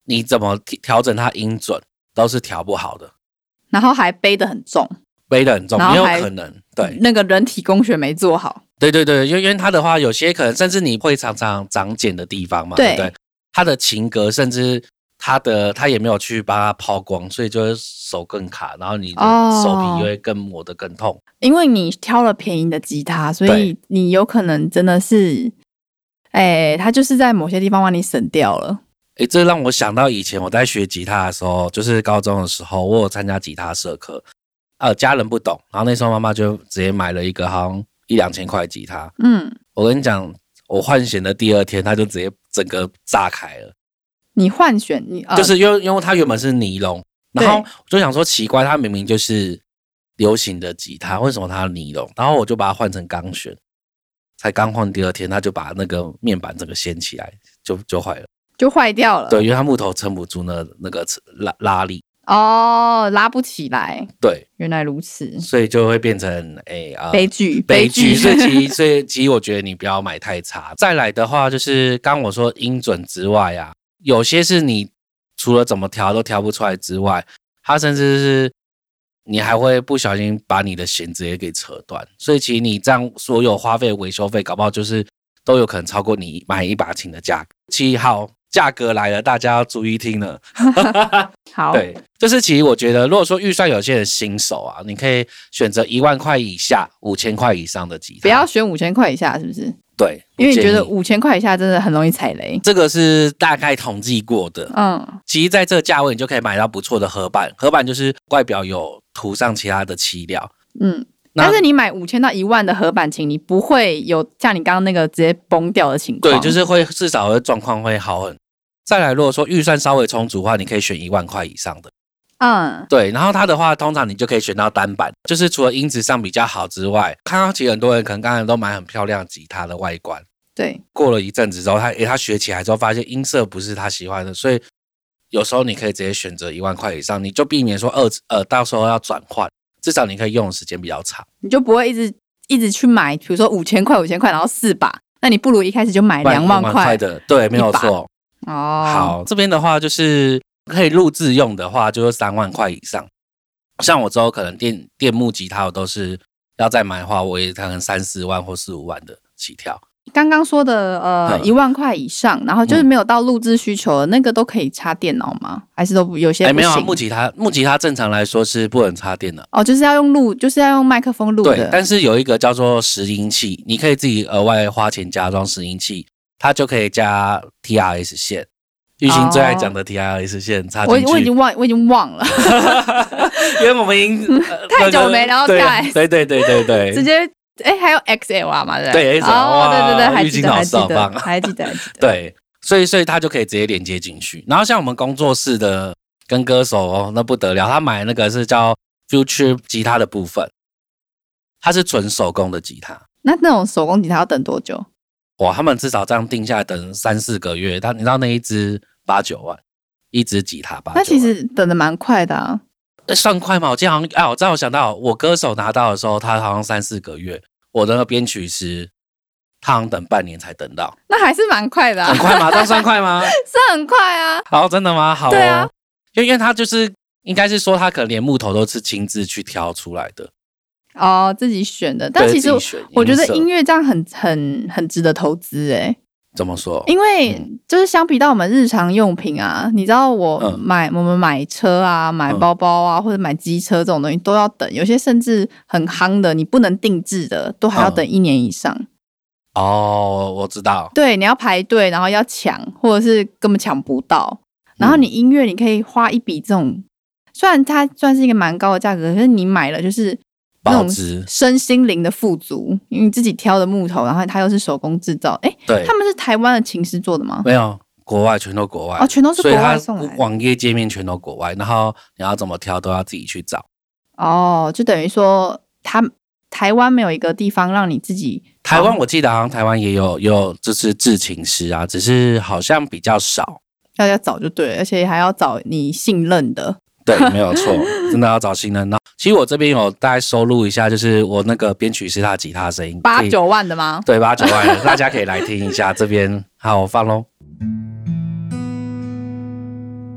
你怎么调整它音准都是调不好的， 然后还背得很重， 没有可能。对， 那个人体工学没做好。 对，因为它的话，有些可能甚至你会常常长茧的地方嘛，对不对？它的琴格甚至它也没有去把它抛光，所以就会手更卡，然后你的手皮会更磨得更痛。 因为你挑了便宜的吉他，所以你有可能真的是，它就是在某些地方帮你省掉了。 这让我想到以前我在学吉他的时候，就是高中的时候，我有参加吉他社课，家人不懂，然后那时候妈妈就直接买了一个好像1-2千块的吉他。我跟你讲，我换弦的第2天，它就直接整个炸开了。 你换弦， 就是因为它原本是尼龙，然后我就想说奇怪，它明明就是流行的吉他，为什么它尼龙？然后我就把它换成钢弦，才刚换第2天，它就把那个面板整个掀起来，就坏了。就坏掉了。 对，因为它木头撑不住那个拉力。 拉不起来。 对， 原来如此。 所以就会变成悲剧。 所以其实我觉得你不要买太差。再来的话，就是刚我说音准之外啊，有些是你除了怎么调都调不出来之外，它甚至是你还会不小心把你的弦直接给扯断。所以其实你这样所有花费维修费，搞不好就是都有可能超过你买一把琴的价格。其实好，价格来了，大家要注意听了。 好， 对，就是其实我觉得，如果说预算有些人新手啊，你可以选择1万块以下、5000块以上的吉他， 不要选5000块以下，是不是？ 对， 因为你觉得5000块以下真的很容易踩雷。 这个是大概统计过的。其实在这个价位，你就可以买到不错的合板。合板就是外表有涂上其他的漆料。 但是你买5000到1万的合板琴，你不会有像你刚刚那个直接崩掉的情况。 对，就是会至少的状况会好很。再来，如果说预算稍微充足的话，你可以选1万块以上的。对，然后它的话，通常你就可以选到单板，就是除了音质上比较好之外，看到其实很多人可能刚才都买很漂亮的吉他的外观。 对， 过了一阵子之后，他学起来之后发现音色不是他喜欢的，所以有时候你可以直接选择1万块以上，你就避免说到时候要转换。至少你可以用的时间比较长， 你就不会一直去买，比如说5000块，然后4把，那你不如一开始就买2万块的，对，没有错。好，这边的话就是可以录制用的话，就是3万块以上。像我之后可能电木吉他，我都是要再买的话，我也可能3-4万或4-5万的起跳。 刚刚说的1万块以上，然后就是没有到录制需求的那个都可以插电脑吗？还是都有些不行？ 没有啊，木吉他正常来说是不能插电脑。 就是要用麦克风录的。 对，但是有一个叫做拾音器，你可以自己额外花钱加装拾音器，它就可以加 TRS 线。玉兴最爱讲的 TRS 线插进去。 我已经忘了， 因为我们已经太久没聊 TRS。 对， 直接。还有 XLR 嘛？ 对 XLR， 对，还记得， 还记得。对，所以他就可以直接连接进去。然后像我们工作室的跟歌手那不得了，他买那个是叫 Future 吉他的部分，它是纯手工的吉他。 那种手工吉他要等多久？ 哇，他们至少这样定下来等3-4个月。你知道那一支8-9万，一支吉他8-9万， 那其实等的蛮快的啊。 算快吗？我记得好像我知道，我想到我歌手拿到的时候，他好像3-4个月。我的编曲师，他好像等半年才等到。 那还是蛮快的。 很快吗？这样算快吗？ 是很快啊。 好，真的吗？好。 对啊， 因为他就是应该是说他可能连木头都是亲自去挑出来的。 自己选的。但其实我觉得音乐这样很值得投资欸。 怎么说？ 因为就是相比到我们日常用品啊，你知道我们买车啊、买包包啊，或者买机车这种东西都要等，有些甚至很夯的，你不能定制的，都还要等1年以上。 我知道。对， 你要排队，然后要抢，或者是根本抢不到。然后你音乐，你可以花一笔这种，虽然它算是一个蛮高的价格，可是你买了就是那种身心灵的富足，因为你自己挑的木头，然后它又是手工制造。对，他们是台湾的琴师做的吗？ 没有，国外全都国外。 全都是国外送来的。 所以它网页界面全都国外，然后你要怎么挑都要自己去找。 就等于说台湾没有一个地方让你自己。 台湾我记得好像台湾也有就是制琴师啊，只是好像比较少。 要找就对了，而且还要找你信任的。 对，没有错，真的要找信任。其实我这边有大概收录一下，就是我那个编曲师他的吉他声音 ，8-9万的吗？ 对，8-9万的，大家可以来听一下。这边好，我放咯。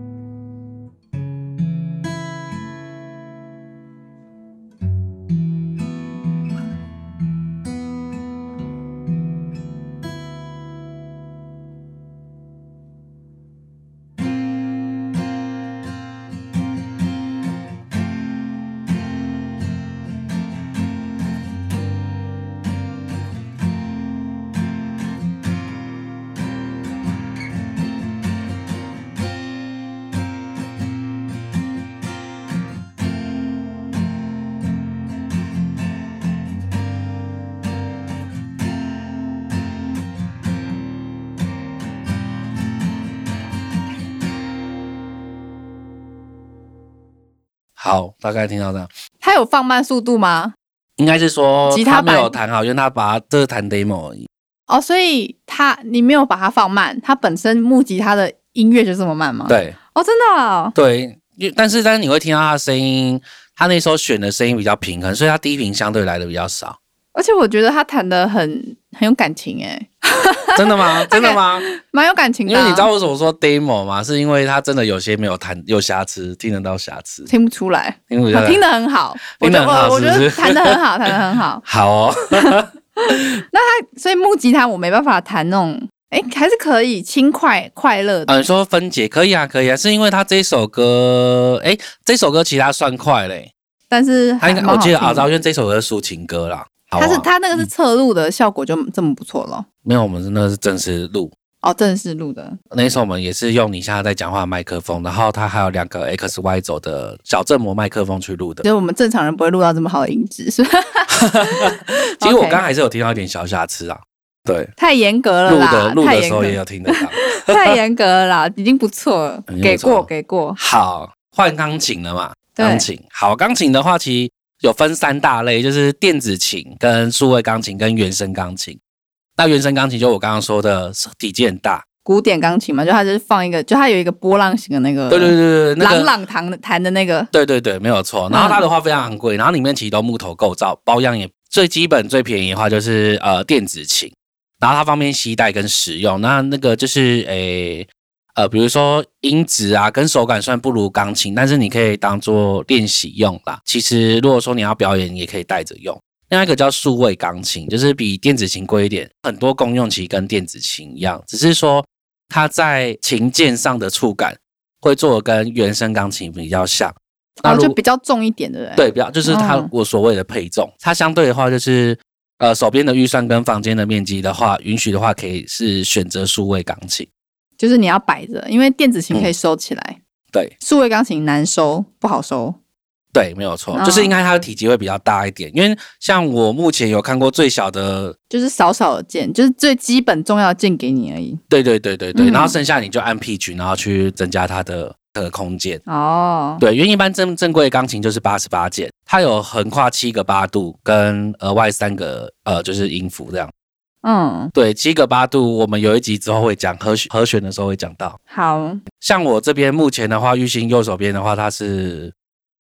好，大概听到这样。 它有放慢速度吗？ 应该是说吉他他没有弹好，因为他把它这是弹 demo 而已。 哦，所以你没有把它放慢，它本身木吉他的音乐就这么慢吗？ 对， 哦，真的啊？ 对，但是你会听到他的声音，他那时候选的声音比较平衡，所以他低频相对来的比较少。 而且我觉得他弹的很有感情耶。 真的吗？真的吗？ 蛮有感情的。 因为你知道为什么说 demo 吗？是因为他真的有些没有弹，有瑕疵，听得到瑕疵， 听不出来， 听得很好，我觉得弹得很好，弹得很好。 好哦。 所以木吉他我没办法弹那种，还是可以轻快快乐的。 你说分解可以啊，可以啊，是因为他这首歌，这首歌其实他算快嘞， 但是我记得敖昭愿这首歌是抒情歌啦。 他那个是侧录的效果就这么不错了。 没有，我们那是正式录。 哦，正式录的那一首我们也是用你现在在讲话的麦克风，然后它还有2个 XY 轴的小振膜麦克风去录的。 就是我们正常人不会录到这么好的音质，是吧？ 其实我刚刚还是有听到一点小瑕疵啊。对， 太严格了啦， 录的时候也有听得到。 太严格了啦，已经不错了，给过。 好，换钢琴了嘛？ 钢琴好，钢琴的话其实有分3大类，就是电子琴、跟数位钢琴、跟原声钢琴。那原声钢琴就我刚刚说的体积很大， 古典钢琴嘛，就它就是放一个，就它有一个波浪形的那个， 对， 朗朗弹的那个， 对，没有错。然后它的话非常昂贵，然后里面其实都木头构造，保养也最基本最便宜的话就是电子琴，然后它方便携带跟使用。那个就是比如说音质啊跟手感虽然不如钢琴，但是你可以当做练习用啦。其实如果说你要表演，也可以带着用。另外一个叫数位钢琴，就是比电子琴贵一点，很多功用其实跟电子琴一样，只是说它在琴键上的触感会做的跟原声钢琴比较像。 就比较重一点的。 对，比较就是我所谓的配重。它相对的话就是手边的预算跟房间的面积的话，允许的话可以是选择数位钢琴。 就是你要摆着，因为电子琴可以收起来。 对， 数位钢琴难收，不好收。 对，没有错，就是应该它的体积会比较大一点，因为像我目前有看过最小的， 就是少少的键，就是最基本重要的键给你而已。 对，然后剩下你就按 pitch， 然后去增加它的空间。 哦， 对，因为一般正规的钢琴就是88键，它有横跨7个8度跟额外3个就是音符这样。对，7个8度，我们有一集之后会讲和弦的时候会讲到。 好， 像我这边目前的话，玉兴右手边的话，它是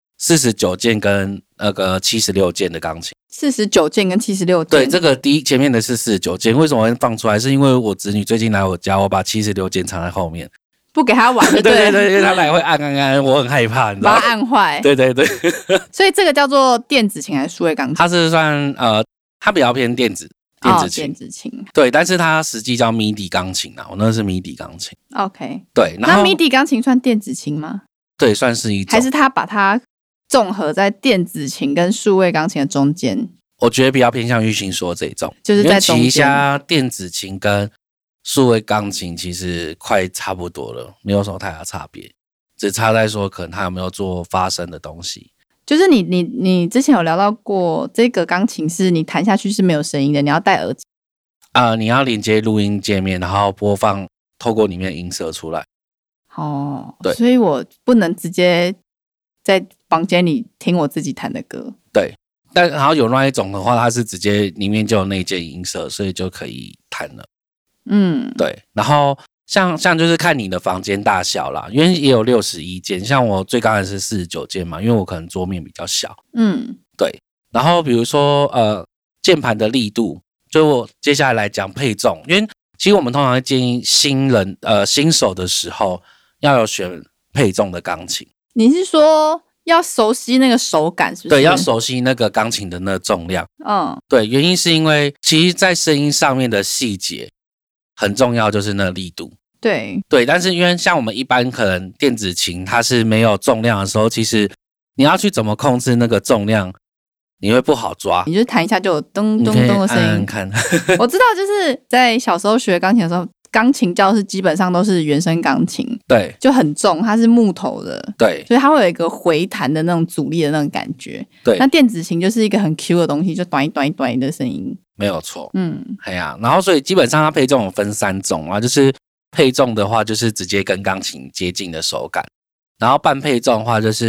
49键跟76键的钢琴。 49键跟76键。 对，这个前面的是49键，为什么会放出来？是因为我侄女最近来我家，我把76键藏在后面， 不给她玩。 对，因为她来会按，我很害怕，你知道吗？ 把它按坏。 对。 所以这个叫做电子琴还是数位钢琴？ 它是算它比较偏电子琴。 电子琴。 对，但是它实际叫 MIDI 钢琴啊，我那是 MIDI 钢琴。 OK。 对， 那 MIDI 钢琴算电子琴吗？ 对，算是一种。 还是他把它综合在电子琴跟数位钢琴的中间？ 我觉得比较偏向玉兴说这种， 就是在中间。 其他电子琴跟数位钢琴其实快差不多了，没有什么太大差别，只差在说可能它有没有做发声的东西。 就是你之前有聊到过，这个钢琴是你弹下去是没有声音的，你要戴耳机。 你要连接录音界面，然后播放，透过里面音色出来。对， 所以我不能直接在房间里听我自己弹的歌。 对，然后有那一种的话，它是直接里面就有内建音色，所以就可以弹了。对，然后像就是看你的房间大小啦，因为也有61键，像我最刚才是49键嘛，因为我可能桌面比较小。对，然后比如说键盘的力度，就我接下来讲配重，因为其实我们通常会建议新手的时候要有选配重的钢琴。 你是说要熟悉那个手感是不是？ 对，要熟悉那个钢琴的那个重量。对，原因是因为其实在声音上面的细节很重要，就是那个力度。对，但是因为像我们一般可能电子琴它是没有重量的时候，其实你要去怎么控制那个重量，你会不好抓。 你就弹一下就有咚咚咚的声音。 按按看我知道，就是在小时候学钢琴的时候，钢琴教室基本上都是原声钢琴。 对， 就很重，它是木头的。对，所以它会有一个回弹的那种阻力的那种感觉。对，那电子琴就是一个很 Q 的东西，就短一短一短的声音。 没有错。然后所以基本上它配重有分3种啊，就是配重的话就是直接跟钢琴接近的手感，然后半配重的话就是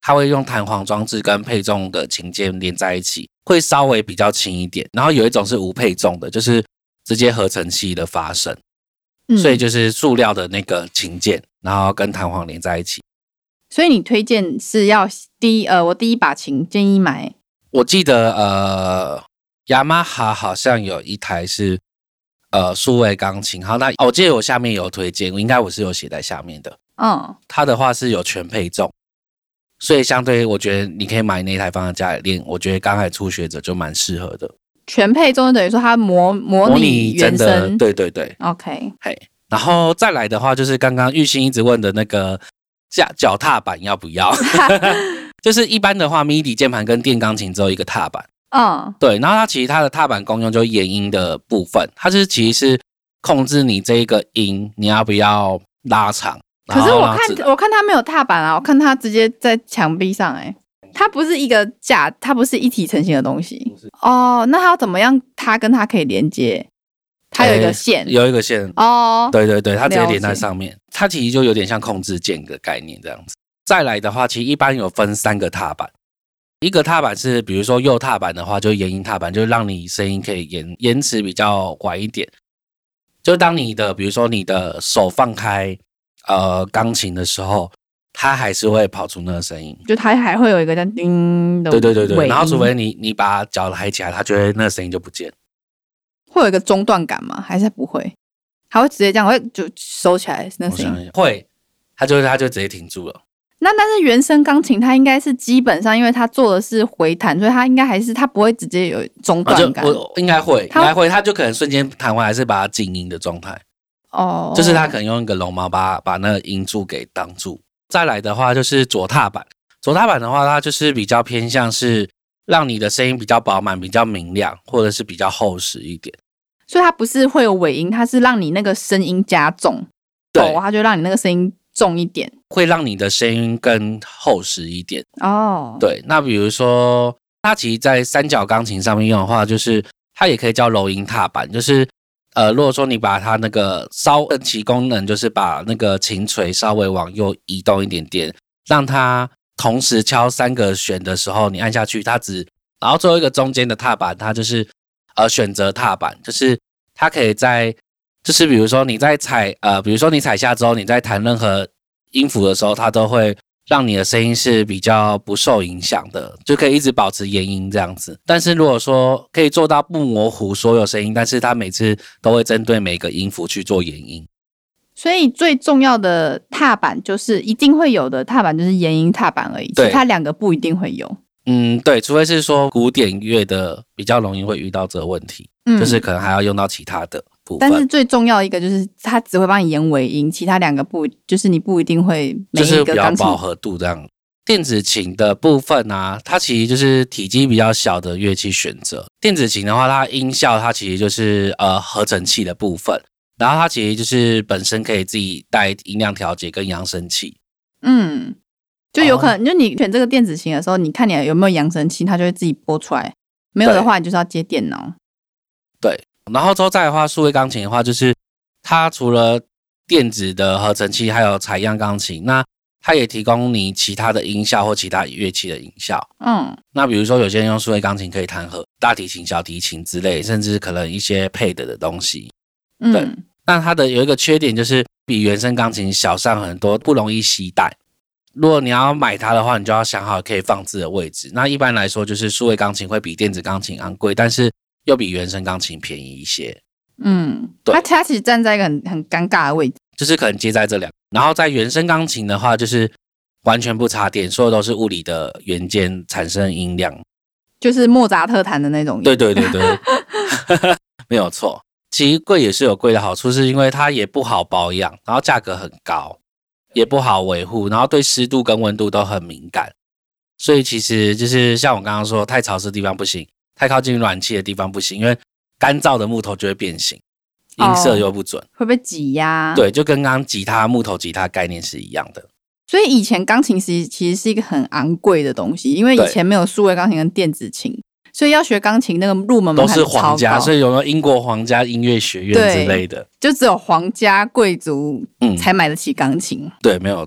它会用弹簧装置跟配重的琴键连在一起，会稍微比较轻一点。然后有一种是无配重的，就是直接合成器的发声，所以就是塑料的那个琴键，然后跟弹簧连在一起。 所以你推荐是要我第一把琴建议买， 我记得雅马哈好像有一台是数位钢琴，好，那我记得我下面有推荐，应该我是有写在下面的。它的话是有全配重，所以相对我觉得你可以买那台放在家里练，我觉得刚开始初学者就蛮适合的。 全配重等于说它模拟原声， 对对对 ，OK。 嘿，然后再来的话就是刚刚玉兴一直问的那个脚踏板要不要？就是一般的话 ，MIDI 键盘跟电钢琴只有一个踏板。对，然后它其实它的踏板功用就是延音的部分，它是其实是控制你这一个音你要不要拉长。 可是我看它没有踏板啊，我看它直接在墙壁上它不是一个架，它不是一体成型的东西。那它要怎么样？它跟它可以连接？它有一个线， 有一个线对对对，它直接连在上面，它其实就有点像控制键的概念这样子。再来的话，其实一般有分3个踏板。一个踏板是，比如说右踏板的话，就是延音踏板，就是让你声音可以延迟比较晚一点。就当你的，比如说你的手放开钢琴的时候，它还是会跑出那个声音， 就它还会有一个像叮的尾音。 对对对对，然后除非你把脚抬起来，它就会那个声音就不见。 会有一个中断感吗？还是不会？它会直接这样，会就收起来那声音？ 会，它就直接停住了。 但是原声钢琴它应该是基本上，因为它做的是回弹，所以它应该还是它不会直接有中断感。 应该会，它就可能瞬间弹回来是把它静音的状态。就是它可能用一个绒毛把那个音柱给挡住。再来的话就是左踏板的话，它就是比较偏向是让你的声音比较饱满、比较明亮，或者是比较厚实一点。 所以它不是会有尾音，它是让你那个声音加重，对，它就让你那个声音重一点， 会让你的声音更厚实一点。对，那比如说它其实在三角钢琴上面用的话，就是它也可以叫柔音踏板，就是如果说你把它那个更其功能，就是把那个琴锤稍微往右移动一点点，让它同时敲3个弦的时候，你按下去，然后最后一个中间的踏板，它就是选择踏板，就是它可以就是比如说你在比如说你踩下之后，你在弹任何音符的时候，它都会让你的声音是比较不受影响的，就可以一直保持延音这样子。但是如果说可以做到不模糊所有声音，但是它每次都会针对每个音符去做延音。 所以最重要的踏板就是一定会有的踏板就是延音踏板而已，其他2个不一定会有。 对，除非是说古典乐的比较容易会遇到这个问题，就是可能还要用到其他的部分。 但是最重要一个就是它只会帮你延尾音，其他2个就是你不一定会每一个钢琴， 就是比较饱和度这样。电子琴的部分啊，它其实就是体积比较小的乐器选择。电子琴的话，它音效它其实就是合成器的部分，然后它其实就是本身可以自己带音量调节跟扬声器。 就有可能就你选这个电子琴的时候，你看你有没有扬声器，它就会自己播出来，没有的话你就是要接电脑。 对，然后之后再的话，数位钢琴的话，就是它除了电子的合成器，还有采样钢琴，那它也提供你其他的音效或其他乐器的音效。那比如说有些人用数位钢琴可以弹大提琴、小提琴之类，甚至可能一些配的东西。对，那它的有一个缺点就是比原声钢琴小上很多，不容易携带。如果你要买它的话，你就要想好可以放置的位置。那一般来说，就是数位钢琴会比电子钢琴昂贵，但是又比原声钢琴便宜一些。 它其实站在一个很尴尬的位置， 就是可能接在这2个。然后在原声钢琴的话，就是完全不插电，所有都是物理的元件产生音量， 就是莫扎特弹的那种音。 对对对对，没有错。其实贵也是有贵的好处，是因为它也不好保养，然后价格很高，也不好维护，然后对湿度跟温度都很敏感。所以其实就是像我刚刚说，太潮湿的地方不行，太靠近暖气的地方不行，因为干燥的木头就会变形，音色又不准， 会被挤压。 对，就跟刚刚木头吉他概念是一样的。 所以以前钢琴其实是一个很昂贵的东西，因为以前没有数位钢琴跟电子琴，所以要学钢琴那个入门门槛都是皇家，所以有没有英国皇家音乐学院之类的， 就只有皇家贵族才买得起钢琴。 对，没有错。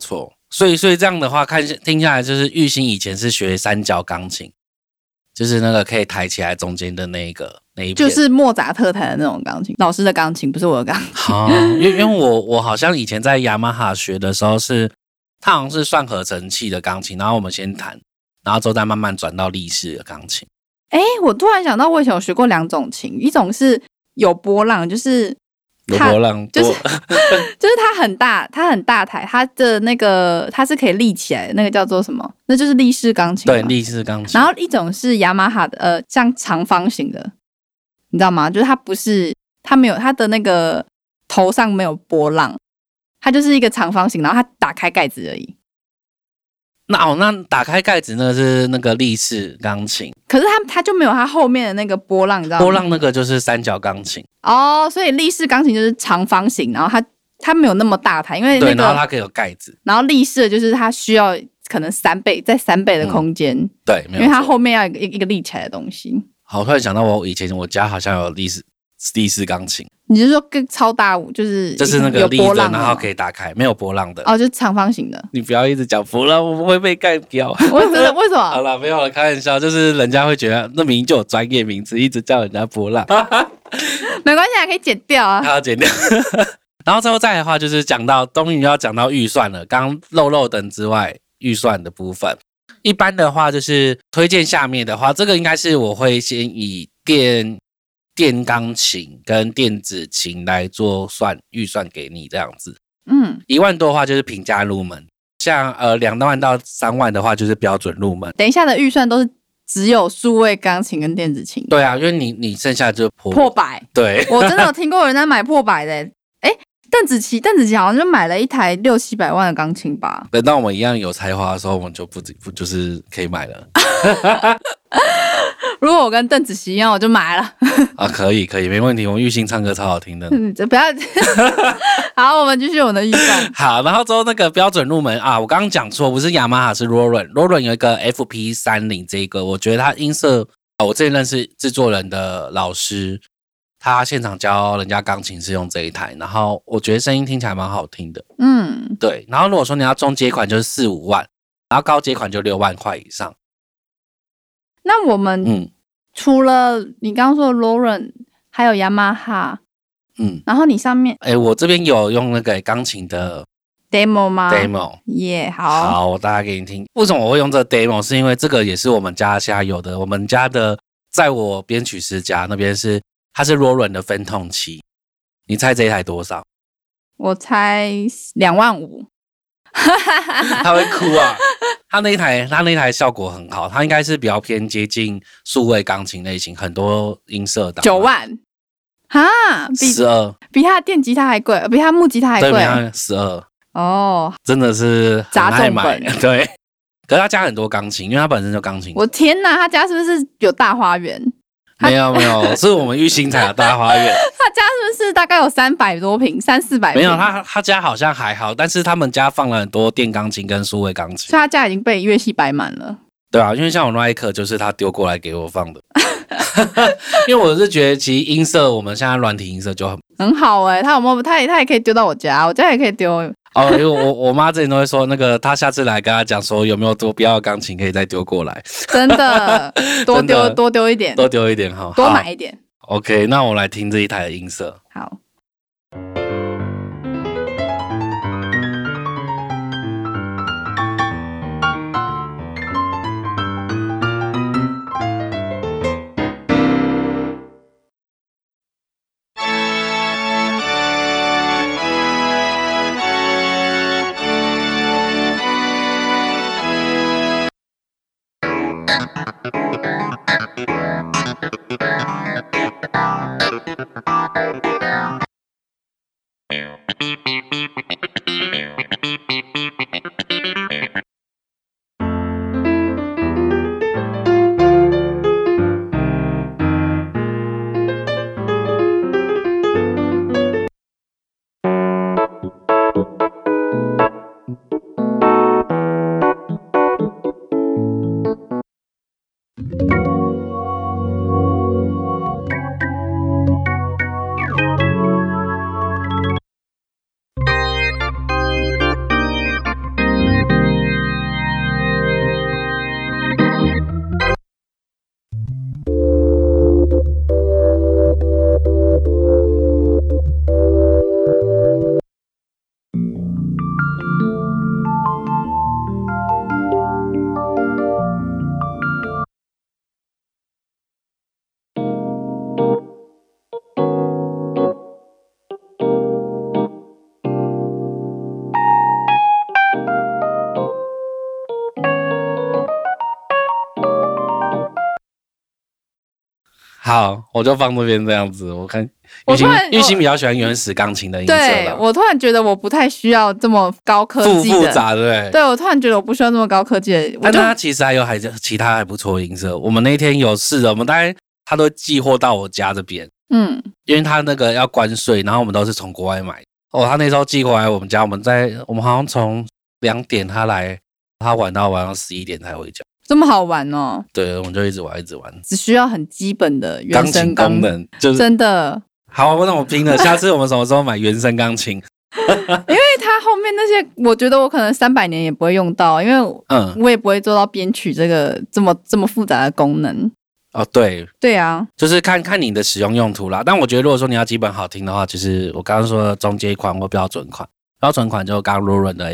所以这样的话，听下来就是玉兴以前是学三角钢琴，就是那个可以抬起来中间的那一片， 就是莫扎特弹的那种钢琴，老师的钢琴，不是我的钢琴。 因为我好像以前在雅马哈学的时候它好像是算合成器的钢琴，然后我们先弹，然后之后再慢慢转到立式的钢琴。 我突然想到，我以前有学过2种琴，一种是有波浪，就是有波浪， 就是它很大台，它的那个它是可以立起来的，那个叫做什么？那就是立式钢琴。 对，立式钢琴。 然后一种是雅马哈的，像长方形的，你知道吗？就是它没有它的那个头上没有波浪，它就是一个长方形，然后它打开盖子而已。 那打开盖子那个是那个立式钢琴， 可是它就没有它后面的那个波浪，你知道吗？ 波浪那个就是三角钢琴。 所以立式钢琴就是长方形，然后它没有那么大台，因为对，然后它可以有盖子。 然后立式的就是它需要可能3倍的空间， 对，没有错， 因为它后面要一个立起来的东西。 好，突然想到我以前我家好像有立式钢琴。 你是说跟超大舞就是那个立的， 有波浪然后可以打开，没有波浪的就是长方形的。 你不要一直讲波浪，我们会被干掉。 我真的为什么？ 好了，没有了，开玩笑，就是人家会觉得那明明就有专业名字，一直叫人家波浪。 没关系，还可以剪掉啊。 还要剪掉。然后之后再来的话，就是终于要讲到预算了。刚漏等之外，预算的部分，一般的话就是推荐下面的话，这个应该是我会先以电钢琴跟电子琴来做预算给你这样子。1万多的话就是平价入门，像2万到3万的话就是标准入门。 等一下的预算都是只有数位钢琴跟电子琴。 对啊，因为你剩下就破百。对，我真的有听过人家买破百的。邓紫棋好像就买了一台600-700万的钢琴吧。 等到我们一样有才华的时候，我们就不就是可以买了。 如果我跟邓紫棋一样，我就买了。 可以，没问题。我们玉兴唱歌超好听的。 不要。好，我们继续我们的预算。 好，然后之后那个标准入门我刚刚讲错，不是雅马哈，是 Roland 有一个 FP30 这个，我觉得它音色，我之前认识制作人的老师，他现场教人家钢琴是用这一台，然后我觉得声音听起来蛮好听的。对。然后如果说你要中阶款就是4-5万，然后高阶款就6万块以上。 那我们除了你刚刚说的 Roland 还有雅马哈，然后你上面我这边有用那个钢琴的 demo 吗 ？demo 好，我大概给你听。为什么我会用这个 demo？ 是因为这个也是我们家现在有的，我们家的在我编曲师家那边它是 Roland 的分痛器。你猜这一台多少？ 我猜2万5。 他会哭啊！他那一台效果很好，他应该是比较偏接近数位钢琴类型，很多音色档。 9万 12， 比他的电吉他还贵，比他木吉他还贵。 对，比他12。真的是砸重本。 对，可是他家很多钢琴，因为他本身就钢琴。 我天哪，他家是不是有大花园？ 没有，是我们玉兴才有大花园。 他家是不是大概有300多平，300-400平？ 没有，他家好像还好，但是他们家放了很多电钢琴跟数位钢琴， 所以他家已经被乐器摆满了。 对啊，因为像我那一颗就是他丢过来给我放的。因为我是觉得其实音色我们现在软体音色就很好他有没有他也可以丢到我家也可以丢。 因为我妈之前都会说，那个她下次来跟她讲说有没有多不要的钢琴可以再丢过来。 真的，多丢一点， 多丢一点哈， 多买一点。 OK， 那我来听这一台的音色。 好。 好，我就放这边这样子。我看玉兴比较喜欢原始钢琴的音色对， 啦。 我突然觉得我不太需要这么高科技的复杂，对不对？ 对，我突然觉得我不需要这么高科技的。 但它其实还有其他还不错的音色。我们那天有试的，我们大概他都寄货到我家这边，因为他那个要关税，然后我们都是从国外买。他那时候寄回来我们家，我们好像从2点他来，他玩到晚上11点才回家。 这么好玩哦！ 对，我们就一直玩， 只需要很基本的原声钢琴功能，就是真的。 好，那我拼了，下次我们什么时候买原声钢琴？ 因为它后面那些，我觉得我可能300年也不会用到，因为我也不会做到编曲这个这么复杂的功能。 对啊， 就是看你的使用用途啦。但我觉得如果说你要基本好听的话，就是我刚刚说的中阶款或标准款。标准款就刚刚 Roland 的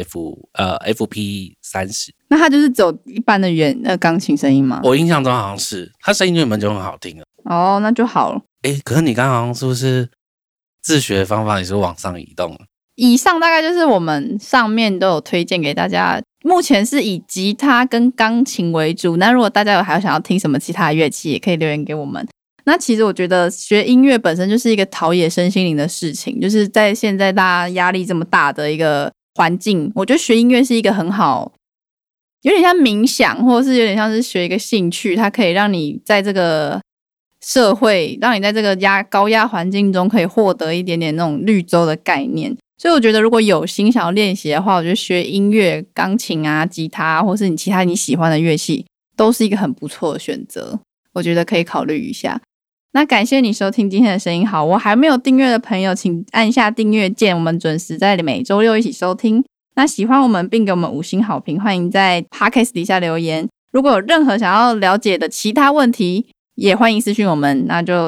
FP30， 那它就是走一般的钢琴声音吗？ 我印象中好像是，它声音原本就很好听了。 哦，那就好了。 可是你刚刚是不是自学的方法也是往上移动了？ 以上大概就是我们上面都有推荐给大家，目前是以吉他跟钢琴为主。那如果大家还有想要听什么其他的乐器，也可以留言给我们。那其实我觉得学音乐本身就是一个陶冶身心灵的事情，就是在现在大家压力这么大的一个环境，我觉得学音乐是一个很好，有点像冥想，或者是有点像是学一个兴趣，它可以让你在这个社会，让你在这个高压环境中可以获得一点点那种绿洲的概念。所以我觉得如果有心想要练习的话，我觉得学音乐、钢琴啊、吉他，或是你其他你喜欢的乐器，都是一个很不错的选择，我觉得可以考虑一下。那感谢你收听今天的声音好，我还没有订阅的朋友请按下订阅键，我们准时在每周六一起收听。那喜欢我们并给我们5星好评，欢迎在 Podcast 底下留言。如果有任何想要了解的其他问题，也欢迎私讯我们。那就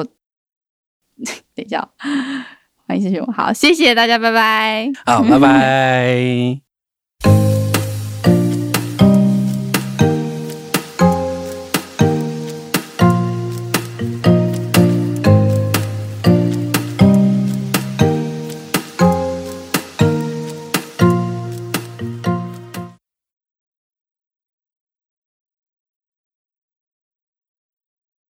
等一下，欢迎私讯我。好，谢谢大家，拜拜。 好，拜拜。